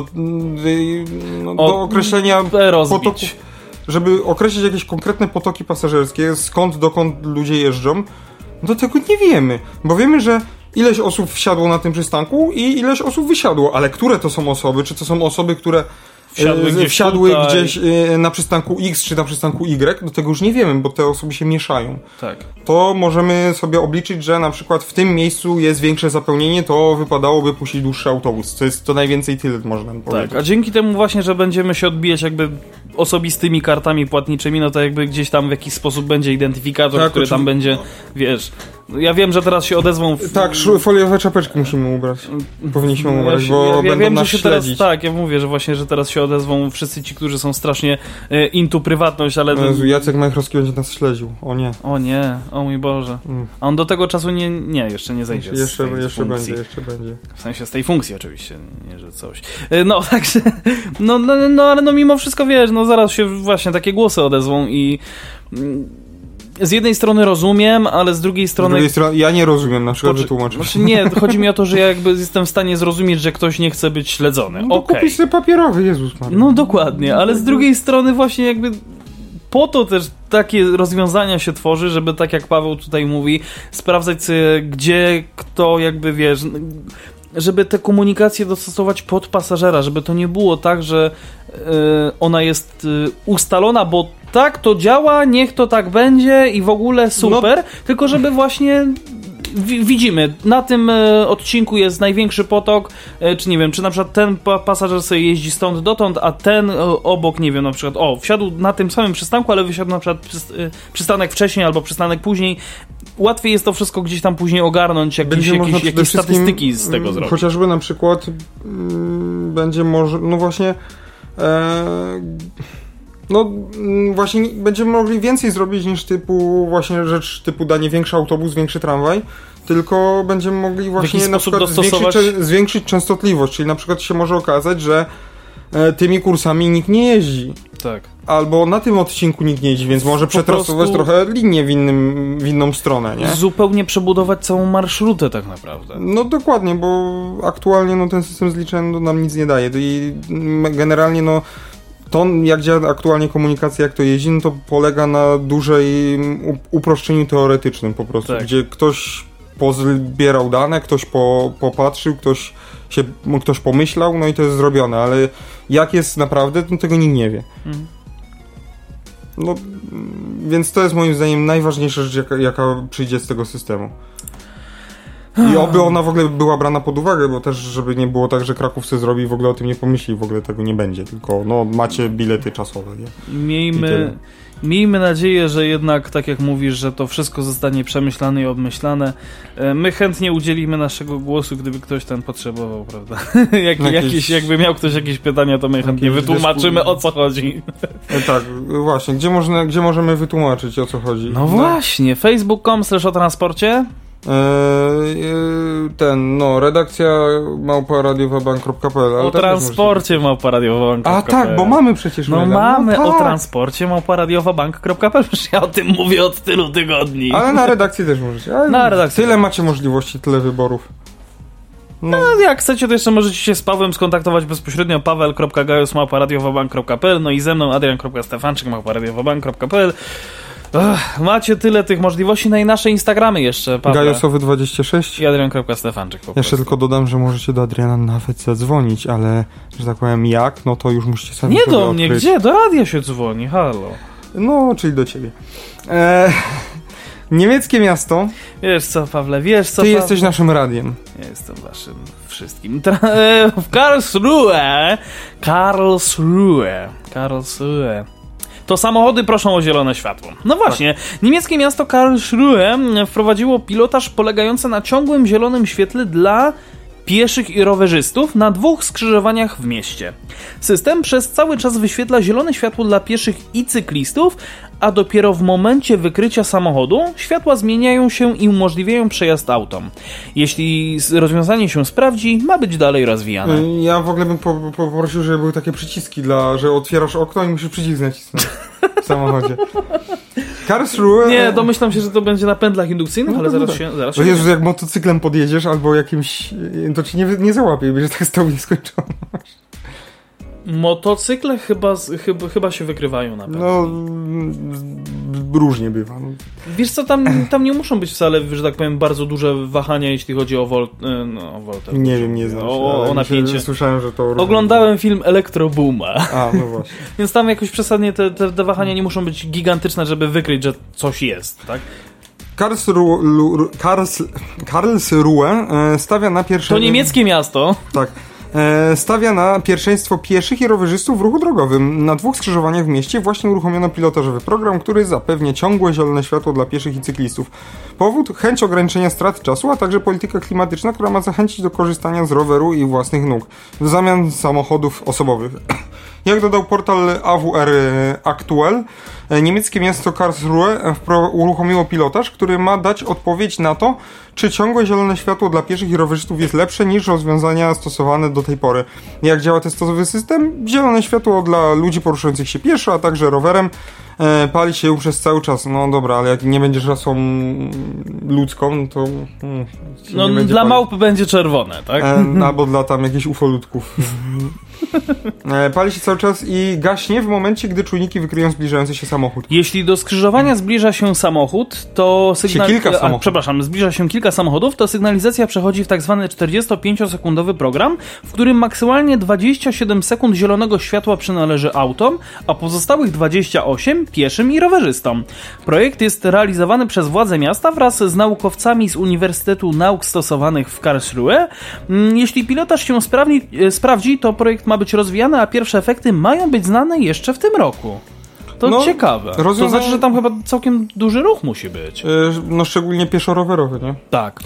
do określenia potoków, żeby określić jakieś konkretne potoki pasażerskie, skąd, dokąd ludzie jeżdżą, do tego nie wiemy, bo wiemy, że ileś osób wsiadło na tym przystanku i ileś osób wysiadło, ale które to są osoby? Czy to są osoby, które wsiadły gdzieś na przystanku X czy na przystanku Y? Do tego już nie wiemy, bo te osoby się mieszają. Tak. To możemy sobie obliczyć, że na przykład w tym miejscu jest większe zapełnienie, to wypadałoby puścić dłuższy autobus. To najwięcej tyle można powiedzieć. Tak, a dzięki temu właśnie, że będziemy się odbijać jakby osobistymi kartami płatniczymi, to jakby gdzieś tam w jakiś sposób będzie identyfikator, który tam będzie, wiesz... Ja wiem, że teraz się odezwą... Tak, foliowe czapeczki musimy ubrać. Powinniśmy ubrać, bo będą wiem, nas śledzić. Ja mówię, że właśnie, że teraz się odezwą wszyscy ci, którzy są strasznie into prywatność, ale... Jezu, Jacek Majchrowski będzie nas śledził. O nie. O nie, o mój Boże. A on do tego czasu jeszcze nie zejdzie jeszcze będzie. W sensie z tej funkcji oczywiście, nie, że coś. Także... ale mimo wszystko, wiesz, zaraz się właśnie takie głosy odezwą i... Z jednej strony rozumiem, ale z drugiej strony... ja nie rozumiem, na przykład wytłumaczyć. Znaczy nie, chodzi mi o to, że ja jakby jestem w stanie zrozumieć, że ktoś nie chce być śledzony. Kupić sobie papierowy, Jezus Maria. No dokładnie, ale z drugiej strony właśnie jakby po to też takie rozwiązania się tworzy, żeby tak jak Paweł tutaj mówi, sprawdzać sobie, gdzie, kto jakby, wiesz... żeby te komunikacje dostosować pod pasażera, żeby to nie było tak, że ona jest ustalona, bo tak to działa, niech to tak będzie i w ogóle super, tylko żeby właśnie widzimy, na tym odcinku jest największy potok, czy nie wiem, czy na przykład ten pasażer sobie jeździ stąd dotąd, a ten obok, nie wiem, na przykład, wsiadł na tym samym przystanku, ale wysiadł na przykład przystanek wcześniej albo przystanek później. Łatwiej jest to wszystko gdzieś tam później ogarnąć, jakieś statystyki z tego zrobić. Chociażby na przykład będzie może, no właśnie właśnie będziemy mogli więcej zrobić niż typu właśnie rzecz typu danie większy autobus, większy tramwaj, tylko będziemy mogli właśnie na przykład zwiększyć częstotliwość, czyli na przykład się może okazać, że tymi kursami nikt nie jeździ. Tak. Albo na tym odcinku nikt nie jeździ, więc może przetrasować trochę linię w inną stronę, nie? Zupełnie przebudować całą marszrutę tak naprawdę. No dokładnie, bo aktualnie ten system zliczeń nam nic nie daje i generalnie to, jak działa aktualnie komunikacja, jak to jeździ, to polega na dużej uproszczeniu teoretycznym po prostu, tak. Gdzie ktoś pozbierał dane, ktoś popatrzył, ktoś pomyślał, no i to jest zrobione, ale jak jest naprawdę, to tego nikt nie wie. No, więc to jest moim zdaniem najważniejsza rzecz, jaka przyjdzie z tego systemu. I oby ona w ogóle była brana pod uwagę, bo też, żeby nie było tak, że Kraków sobie zrobi i w ogóle o tym nie pomyśli, w ogóle tego nie będzie, tylko macie bilety czasowe, nie? Miejmy nadzieję, że jednak, tak jak mówisz, że to wszystko zostanie przemyślane i obmyślane. My chętnie udzielimy naszego głosu, gdyby ktoś tam potrzebował, prawda? Jakby miał ktoś jakieś pytania, to my chętnie wytłumaczymy, o co chodzi. Tak, właśnie. Gdzie możemy wytłumaczyć, o co chodzi? No właśnie, facebook.com/o-transporcie. Redakcja @radiowabank.pl. O transporcie @radiowabank.pl. A tak, bo mamy przecież o transporcie @radiowabank.pl. Ja o tym mówię od tylu tygodni. Ale na redakcji też możecie. Na redakcji tyle macie możliwości, tyle wyborów. No, jak chcecie, to jeszcze możecie się z Pawłem skontaktować bezpośrednio. paweł.gajos@radiowabank.pl. No i ze mną adrian.stefanczyk @radiowabank.pl. Macie tyle tych możliwości, no i nasze Instagramy jeszcze, Pawle. Gajosowy26 i Adrian.Stefanczyk po prostu. Jeszcze tylko dodam, że możecie do Adriana nawet zadzwonić, ale, że tak powiem, no to już musicie sami nie do mnie, gdzie? Do radia się dzwoni, halo. No, czyli do ciebie. Niemieckie miasto. Wiesz co, Pawle, Ty jesteś naszym radiem. Ja jestem waszym wszystkim. W Karlsruhe. To samochody proszą o zielone światło. No właśnie, niemieckie miasto Karlsruhe wprowadziło pilotaż polegający na ciągłym zielonym świetle dla pieszych i rowerzystów na 2 skrzyżowaniach w mieście. System przez cały czas wyświetla zielone światło dla pieszych i cyklistów, a dopiero w momencie wykrycia samochodu światła zmieniają się i umożliwiają przejazd autom. Jeśli rozwiązanie się sprawdzi, ma być dalej rozwijane. Ja w ogóle bym poprosił, żeby były takie przyciski, że otwierasz okno i musisz przycisk nacisnąć w samochodzie. Karlsruhe... Nie, domyślam się, że to będzie na pętlach indukcyjnych, ale zaraz się... Jezu, jak motocyklem podjedziesz albo jakimś... to ci nie załapie, będzie tak z tobą nieskończoność. Motocykle chyba się wykrywają na pewno. No, różnie bywa. Wiesz co, tam nie muszą być wcale, że tak powiem, bardzo duże wahania, jeśli chodzi o voltę. Nie wiem, nie znam się, o napięcie. Słyszałem, że to... Oglądałem film Elektrobooma. A, no właśnie. Więc tam jakoś przesadnie te wahania nie muszą być gigantyczne, żeby wykryć, że coś jest, tak? Karlsruhe stawia na pierwsze... To niemieckie miasto. Tak. Stawia na pierwszeństwo pieszych i rowerzystów w ruchu drogowym. Na 2 skrzyżowaniach w mieście właśnie uruchomiono pilotażowy program, który zapewnia ciągłe zielone światło dla pieszych i cyklistów. Powód? Chęć ograniczenia strat czasu, a także polityka klimatyczna, która ma zachęcić do korzystania z roweru i własnych nóg w zamian samochodów osobowych. Jak dodał portal AWR Aktuell, niemieckie miasto Karlsruhe uruchomiło pilotaż, który ma dać odpowiedź na to, czy ciągłe zielone światło dla pieszych i rowerzystów jest lepsze niż rozwiązania stosowane do tej pory. Jak działa testowy system? Zielone światło dla ludzi poruszających się pieszo, a także rowerem pali się przez cały czas. No dobra, ale jak nie będziesz rasą ludzką, to... No dla małp będzie czerwone, tak? Albo dla tam jakichś ufolutków. Pali się cały czas i gaśnie w momencie, gdy czujniki wykryją zbliżający się samochód. Jeśli do skrzyżowania zbliża się samochód, to zbliża się kilka samochodów, to sygnalizacja przechodzi w tak zwany 45-sekundowy program, w którym maksymalnie 27 sekund zielonego światła przynależy autom, a pozostałych 28 pieszym i rowerzystom. Projekt jest realizowany przez władze miasta wraz z naukowcami z Uniwersytetu Nauk Stosowanych w Karlsruhe. Jeśli pilotaż się sprawdzi, to projekt ma być rozwijany, a pierwsze efekty mają być znane jeszcze w tym roku. To ciekawe. To znaczy, że tam chyba całkiem duży ruch musi być. Szczególnie pieszo-rowerowy, nie? Tak.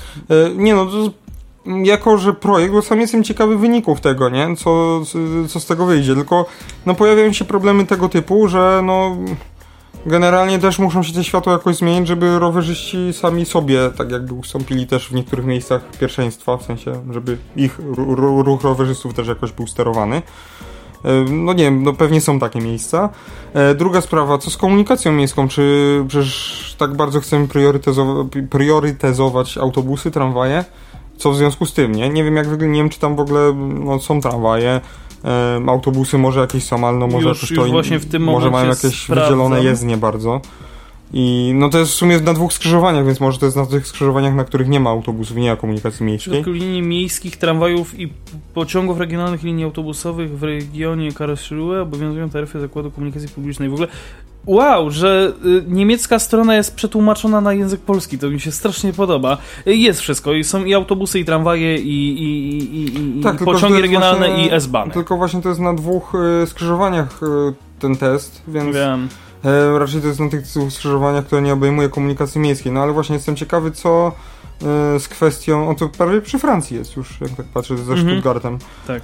Jako że projekt, bo sam jestem ciekawy wyników tego, nie? Co z tego wyjdzie, tylko pojawiają się problemy tego typu, że generalnie też muszą się te światła jakoś zmienić, żeby rowerzyści sami sobie tak jakby ustąpili też w niektórych miejscach pierwszeństwa, w sensie, żeby ich ruch rowerzystów też jakoś był sterowany. Nie wiem, pewnie są takie miejsca. Druga sprawa, co z komunikacją miejską? Czy przecież tak bardzo chcemy priorytetyzować autobusy, tramwaje? Co w związku z tym, nie? Nie wiem, nie wiem, czy tam w ogóle są tramwaje, autobusy może jakieś są, ale może już właśnie w tym może mają jakieś wydzielone jezdnie bardzo. I to jest w sumie na 2 skrzyżowaniach, więc może to jest na tych skrzyżowaniach, na których nie ma autobusów, nie ma komunikacji miejskiej. W przypadku linii miejskich, tramwajów i pociągów regionalnych linii autobusowych w regionie Karlsruhe obowiązują taryfy Zakładu Komunikacji Publicznej. W ogóle wow, że niemiecka strona jest przetłumaczona na język polski, to mi się strasznie podoba. Jest wszystko, są i autobusy, i tramwaje, i pociągi regionalne, i S-Bahny. Tylko właśnie to jest na 2 skrzyżowaniach ten test, więc... Wiem. Raczej to jest na tych skrzyżowaniach, które nie obejmuje komunikacji miejskiej. Ale właśnie jestem ciekawy, co z kwestią... to prawie przy Francji jest już, jak tak patrzę, ze Stuttgartem. Tak.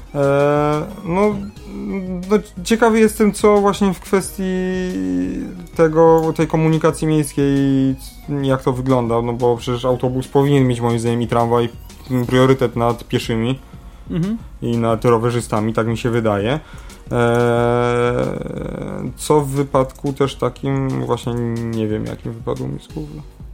Ciekawy jestem, co właśnie w kwestii tej komunikacji miejskiej, jak to wygląda, bo przecież autobus powinien mieć moim zdaniem i tramwaj priorytet nad pieszymi i nad rowerzystami, tak mi się wydaje. Co w wypadku też takim, właśnie nie wiem jakim wypadło mi z głowy.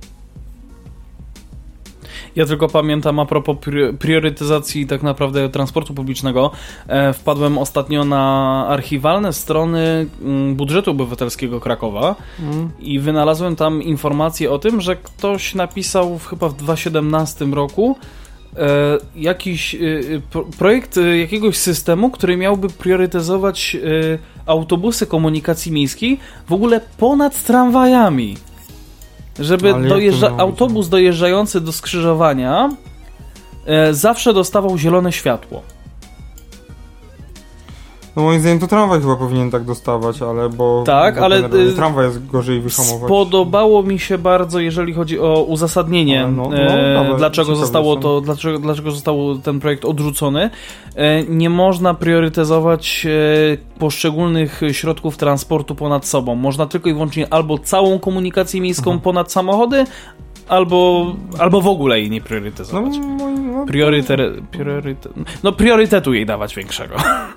Ja tylko pamiętam a propos priorytetyzacji tak naprawdę transportu publicznego. Wpadłem ostatnio na archiwalne strony budżetu obywatelskiego Krakowa i wynalazłem tam informację o tym, że ktoś napisał chyba w 2017 roku jakiś projekt jakiegoś systemu, który miałby priorytetyzować autobusy komunikacji miejskiej w ogóle ponad tramwajami. Żeby autobus dojeżdżający do skrzyżowania zawsze dostawał zielone światło. Moim zdaniem to tramwaj chyba powinien tak dostawać, ale tramwaj jest gorzej wyhamować. Podobało mi się bardzo, jeżeli chodzi o uzasadnienie, dlaczego został ten projekt odrzucony. Nie można priorytetyzować poszczególnych środków transportu ponad sobą. Można tylko i wyłącznie albo całą komunikację miejską ponad samochody, albo w ogóle jej nie priorytetyzować. Priorytetu jej dawać większego.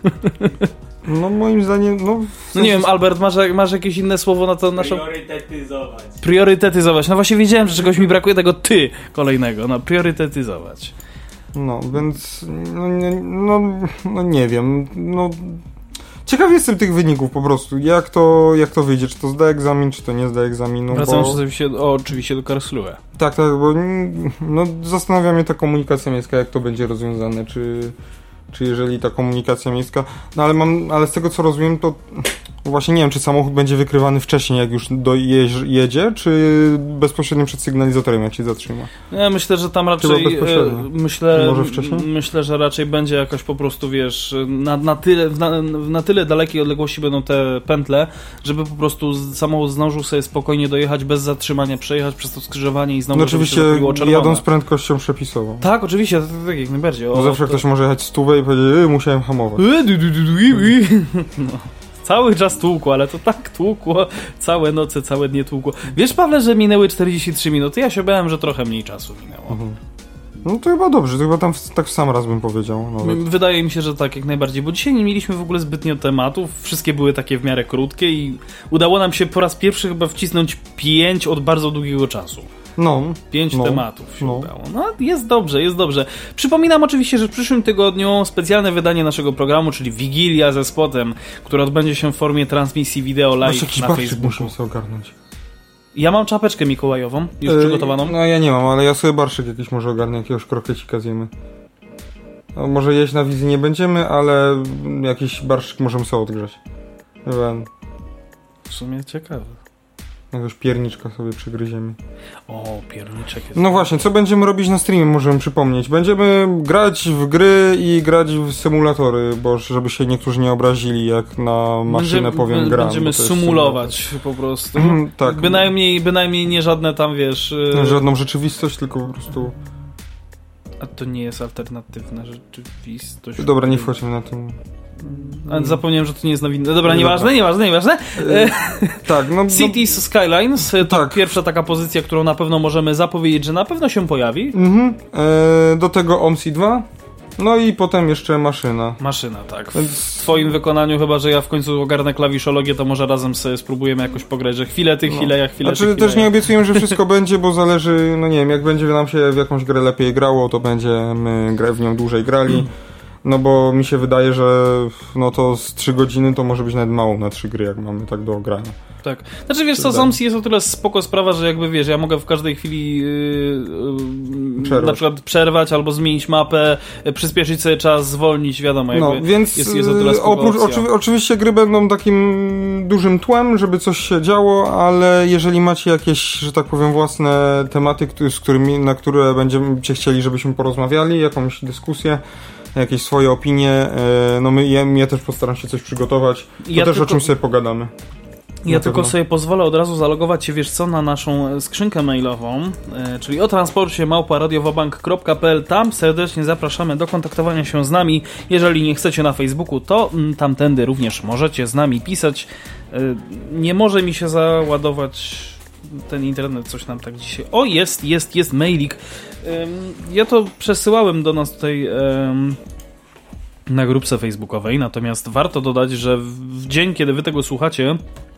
Moim zdaniem... nie wiem, Albert, masz jakieś inne słowo na to naszą... Priorytetyzować. Właśnie wiedziałem, że czegoś mi brakuje tego ty kolejnego. Priorytetyzować. Więc... nie wiem. Ciekaw jestem tych wyników po prostu. Jak to wyjdzie? Czy to zda egzamin, czy to nie zda egzaminu? Wracam oczywiście do Karlsruhe. Tak, bo zastanawia mnie ta komunikacja miejska, jak to będzie rozwiązane. Czy jeżeli ta komunikacja miejska... ale z tego co rozumiem, to właśnie nie wiem, czy samochód będzie wykrywany wcześniej, jak już jedzie, czy bezpośrednio przed sygnalizatorem, jak się zatrzyma. Ja myślę, że tam raczej... Może wcześniej? Myślę, że raczej będzie jakoś po prostu, na tyle dalekiej odległości będą te pętle, żeby po prostu samochód zdążył sobie spokojnie dojechać bez zatrzymania, przejechać przez to skrzyżowanie i znowu oczywiście jadą z prędkością przepisową. Tak, oczywiście, tak jak najbardziej. Zawsze ktoś może jechać 100 i powiedzieć, musiałem hamować. Cały czas tłukło, ale to tak tłukło, całe noce, całe dnie tłukło. Wiesz, Pawle, że minęły 43 minuty? Ja się bałem, że trochę mniej czasu minęło. To chyba dobrze, to chyba tam tak w sam raz bym powiedział. Wydaje mi się, że tak jak najbardziej, bo dzisiaj nie mieliśmy w ogóle zbytnio tematów, wszystkie były takie w miarę krótkie i udało nam się po raz pierwszy chyba wcisnąć 5 od bardzo długiego czasu. 5 tematów się udało. No, jest dobrze. Przypominam oczywiście, że w przyszłym tygodniu specjalne wydanie naszego programu, czyli Wigilia ze spotem, które odbędzie się w formie transmisji wideo live na Facebooku. Muszę sobie ogarnąć. Ja mam czapeczkę mikołajową, już przygotowaną. No ja nie mam, ale ja sobie barszyk jakiś może ogarnę, jakiegoś krokecika zjemy. No, może jeść na wizji nie będziemy, ale jakiś barszyk możemy sobie odgrzać. W sumie ciekawe. Jakiegoś pierniczka sobie przygryziemy. O, pierniczek jest... No właśnie, co będziemy robić na streamie, możemy przypomnieć. Będziemy grać w gry i grać w symulatory, bo żeby się niektórzy nie obrazili, jak na maszynę powiem gram. Będziemy symulować po prostu. Tak. Bynajmniej nie żadne tam, wiesz... Żadną rzeczywistość, tylko po prostu... A to nie jest alternatywna rzeczywistość. Dobra, nie wchodźmy na tym. Ale zapomniałem, że to nie jest nowinne. Dobra, nieważne. Tak, Cities Skylines to pierwsza taka pozycja, którą na pewno możemy zapowiedzieć, że na pewno się pojawi. Do tego OMSI 2. No i potem jeszcze maszyna. Maszyna, tak. W twoim wykonaniu, chyba że ja w końcu ogarnę klawiszologię, to może razem sobie spróbujemy jakoś pograć, że chwilę tych, chwilę ja. Znaczy też nie obiecujemy, że wszystko będzie, bo zależy, no nie wiem, jak będzie nam się w jakąś grę lepiej grało, to będziemy w nią dłużej grali. No bo mi się wydaje, że no to z 3 godziny to może być nawet mało na 3 gry, jak mamy tak do grania. Tak. Znaczy wiesz co, z OMSI jest o tyle spoko sprawa, że jakby wiesz, ja mogę w każdej chwili na przykład przerwać albo zmienić mapę, przyspieszyć sobie czas, zwolnić, wiadomo, jakby więc jest o tyle spoko oczywiście gry będą takim dużym tłem, żeby coś się działo, ale jeżeli macie jakieś, że tak powiem, własne tematy, na które będziecie chcieli, żebyśmy porozmawiali, jakąś dyskusję, jakieś swoje opinie, no ja też postaram się coś przygotować, to też o czym sobie pogadamy. Ja tylko sobie pozwolę od razu zalogować się, wiesz co, na naszą skrzynkę mailową, czyli o transporcie @radiowabank.pl. Tam serdecznie zapraszamy do kontaktowania się z nami. Jeżeli nie chcecie na Facebooku, to tamtędy również możecie z nami pisać. Nie może mi się załadować ten internet, coś nam tak dzisiaj... O, jest mailik. Ja to przesyłałem do nas tutaj na grupce facebookowej, natomiast warto dodać, że w dzień, kiedy wy tego słuchacie,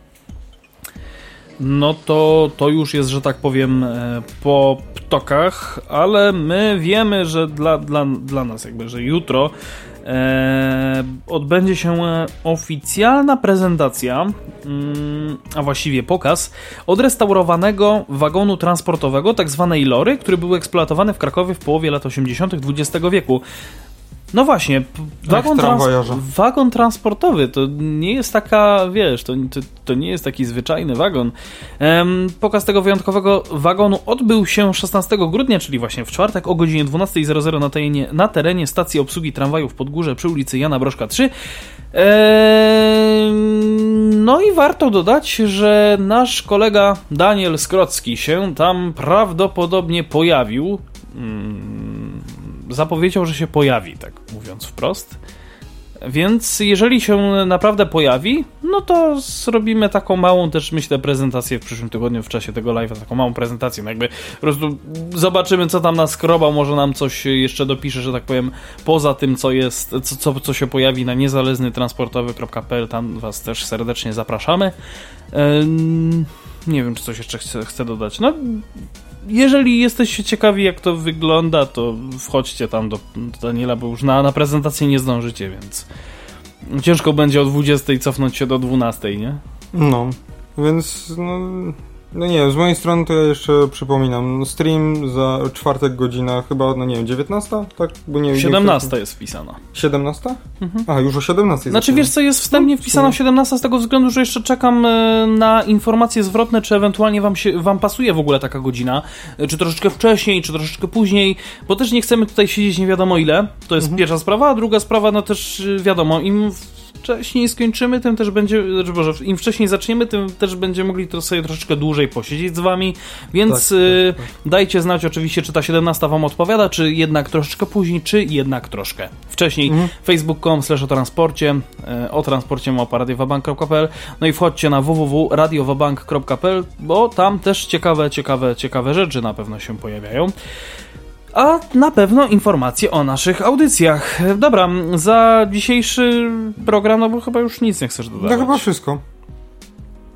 no to już jest, że tak powiem, po ptokach, ale my wiemy, że dla nas jakby, że jutro odbędzie się oficjalna prezentacja, a właściwie pokaz odrestaurowanego wagonu transportowego, tak zwanej Lory, który był eksploatowany w Krakowie w połowie lat 80. XX wieku. No właśnie, wagon transportowy to nie jest taka, wiesz, to nie jest taki zwyczajny wagon. Pokaz tego wyjątkowego wagonu odbył się 16 grudnia, czyli właśnie w czwartek o godzinie 12:00 na terenie stacji obsługi tramwaju w Podgórze przy ulicy Jana Broszka 3. No i warto dodać, że nasz kolega Daniel Skrocki się tam prawdopodobnie pojawił. Zapowiedział, że się pojawi, tak mówiąc wprost. Więc jeżeli się naprawdę pojawi, no to zrobimy taką małą też, myślę, prezentację w przyszłym tygodniu w czasie tego live'a, taką małą prezentację. No jakby po prostu zobaczymy, co tam naskrobał, może nam coś jeszcze dopisze, że tak powiem, poza tym, co jest, co się pojawi na niezależnytransportowy.pl. Tam was też serdecznie zapraszamy. Nie wiem, czy coś jeszcze chcę dodać. No, jeżeli jesteście ciekawi, jak to wygląda, to wchodźcie tam do Daniela, bo już na prezentację nie zdążycie, więc ciężko będzie o 20:00 cofnąć się do 12:00, nie? No, więc no nie wiem, z mojej strony to ja jeszcze przypominam, stream za czwartek godzina chyba, no nie wiem, 19? Tak? Bo nie 17 jest wpisana. 17? A, już o 17. Znaczy wiesz co, jest wstępnie wpisana 17 z tego względu, że jeszcze czekam na informacje zwrotne, czy ewentualnie wam pasuje w ogóle taka godzina, czy troszeczkę wcześniej, czy troszeczkę później, bo też nie chcemy tutaj siedzieć nie wiadomo ile, to jest pierwsza sprawa, a druga sprawa, no też wiadomo, im wcześniej skończymy, tym też będzie, im wcześniej zaczniemy, tym też będziemy mogli to sobie troszeczkę dłużej posiedzieć z wami, więc tak. Dajcie znać oczywiście, czy ta 17 wam odpowiada, czy jednak troszeczkę później, czy jednak troszkę wcześniej. facebook.com/o transporcie @radiowabank.pl. No i wchodźcie na www.radiowabank.pl, bo tam też ciekawe rzeczy na pewno się pojawiają. A na pewno informacje o naszych audycjach. Dobra, za dzisiejszy program, no bo chyba już nic nie chcesz dodać. No chyba wszystko.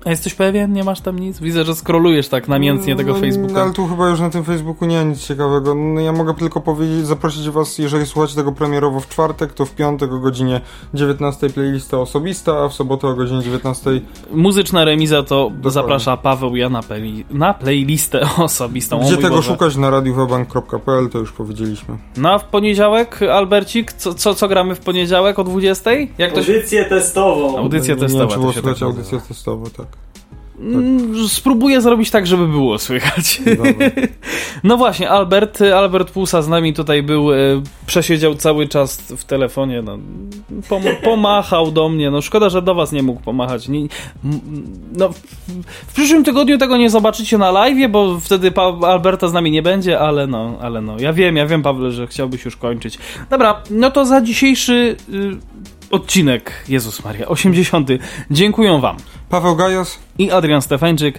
A jesteś pewien? Nie masz tam nic? Widzę, że scrollujesz tak namiętnie tego Facebooka. Ale tu chyba już na tym Facebooku nie ma nic ciekawego. No, ja mogę tylko powiedzieć, zaprosić was, jeżeli słuchacie tego premierowo w czwartek, to w piątek o godzinie 19 playlista osobista, a w sobotę o godzinie 19... Muzyczna remiza to dokładnie. Zaprasza Paweł ja na playlistę osobistą. Gdzie tego szukać? Na radiowabank.pl, to już powiedzieliśmy. No a w poniedziałek, Albercik, co gramy w poniedziałek o 20? Audycję testową. Audycję testową. Nie, trzeba słuchać audycję testową, tak. Spróbuję zrobić tak, żeby było słychać. No właśnie, Albert Pusa z nami tutaj był, przesiedział cały czas w telefonie, no, pomachał do mnie, no szkoda, że do was nie mógł pomachać. No, w przyszłym tygodniu tego nie zobaczycie na live'ie, bo wtedy Alberta z nami nie będzie, ale no, ja wiem, Pawle, że chciałbyś już kończyć. Dobra, no to za dzisiejszy odcinek, Jezus Maria, 80. Dziękuję wam. Paweł Gajos i Adrian Stefańczyk.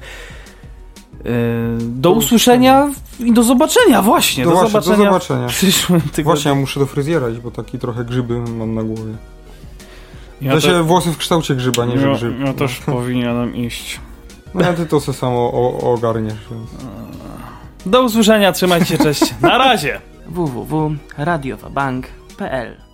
Do usłyszenia i do zobaczenia właśnie. Do zobaczenia w przyszłym tygodniu. Właśnie, ja muszę do fryzjera iść, bo taki trochę grzyby mam na głowie. Się włosy w kształcie grzyba, nie że grzyb. Ja też powinienem iść. No ty to sobie samo ogarniesz. Więc. Do usłyszenia, trzymajcie się, cześć. Na razie. www.radiowabank.pl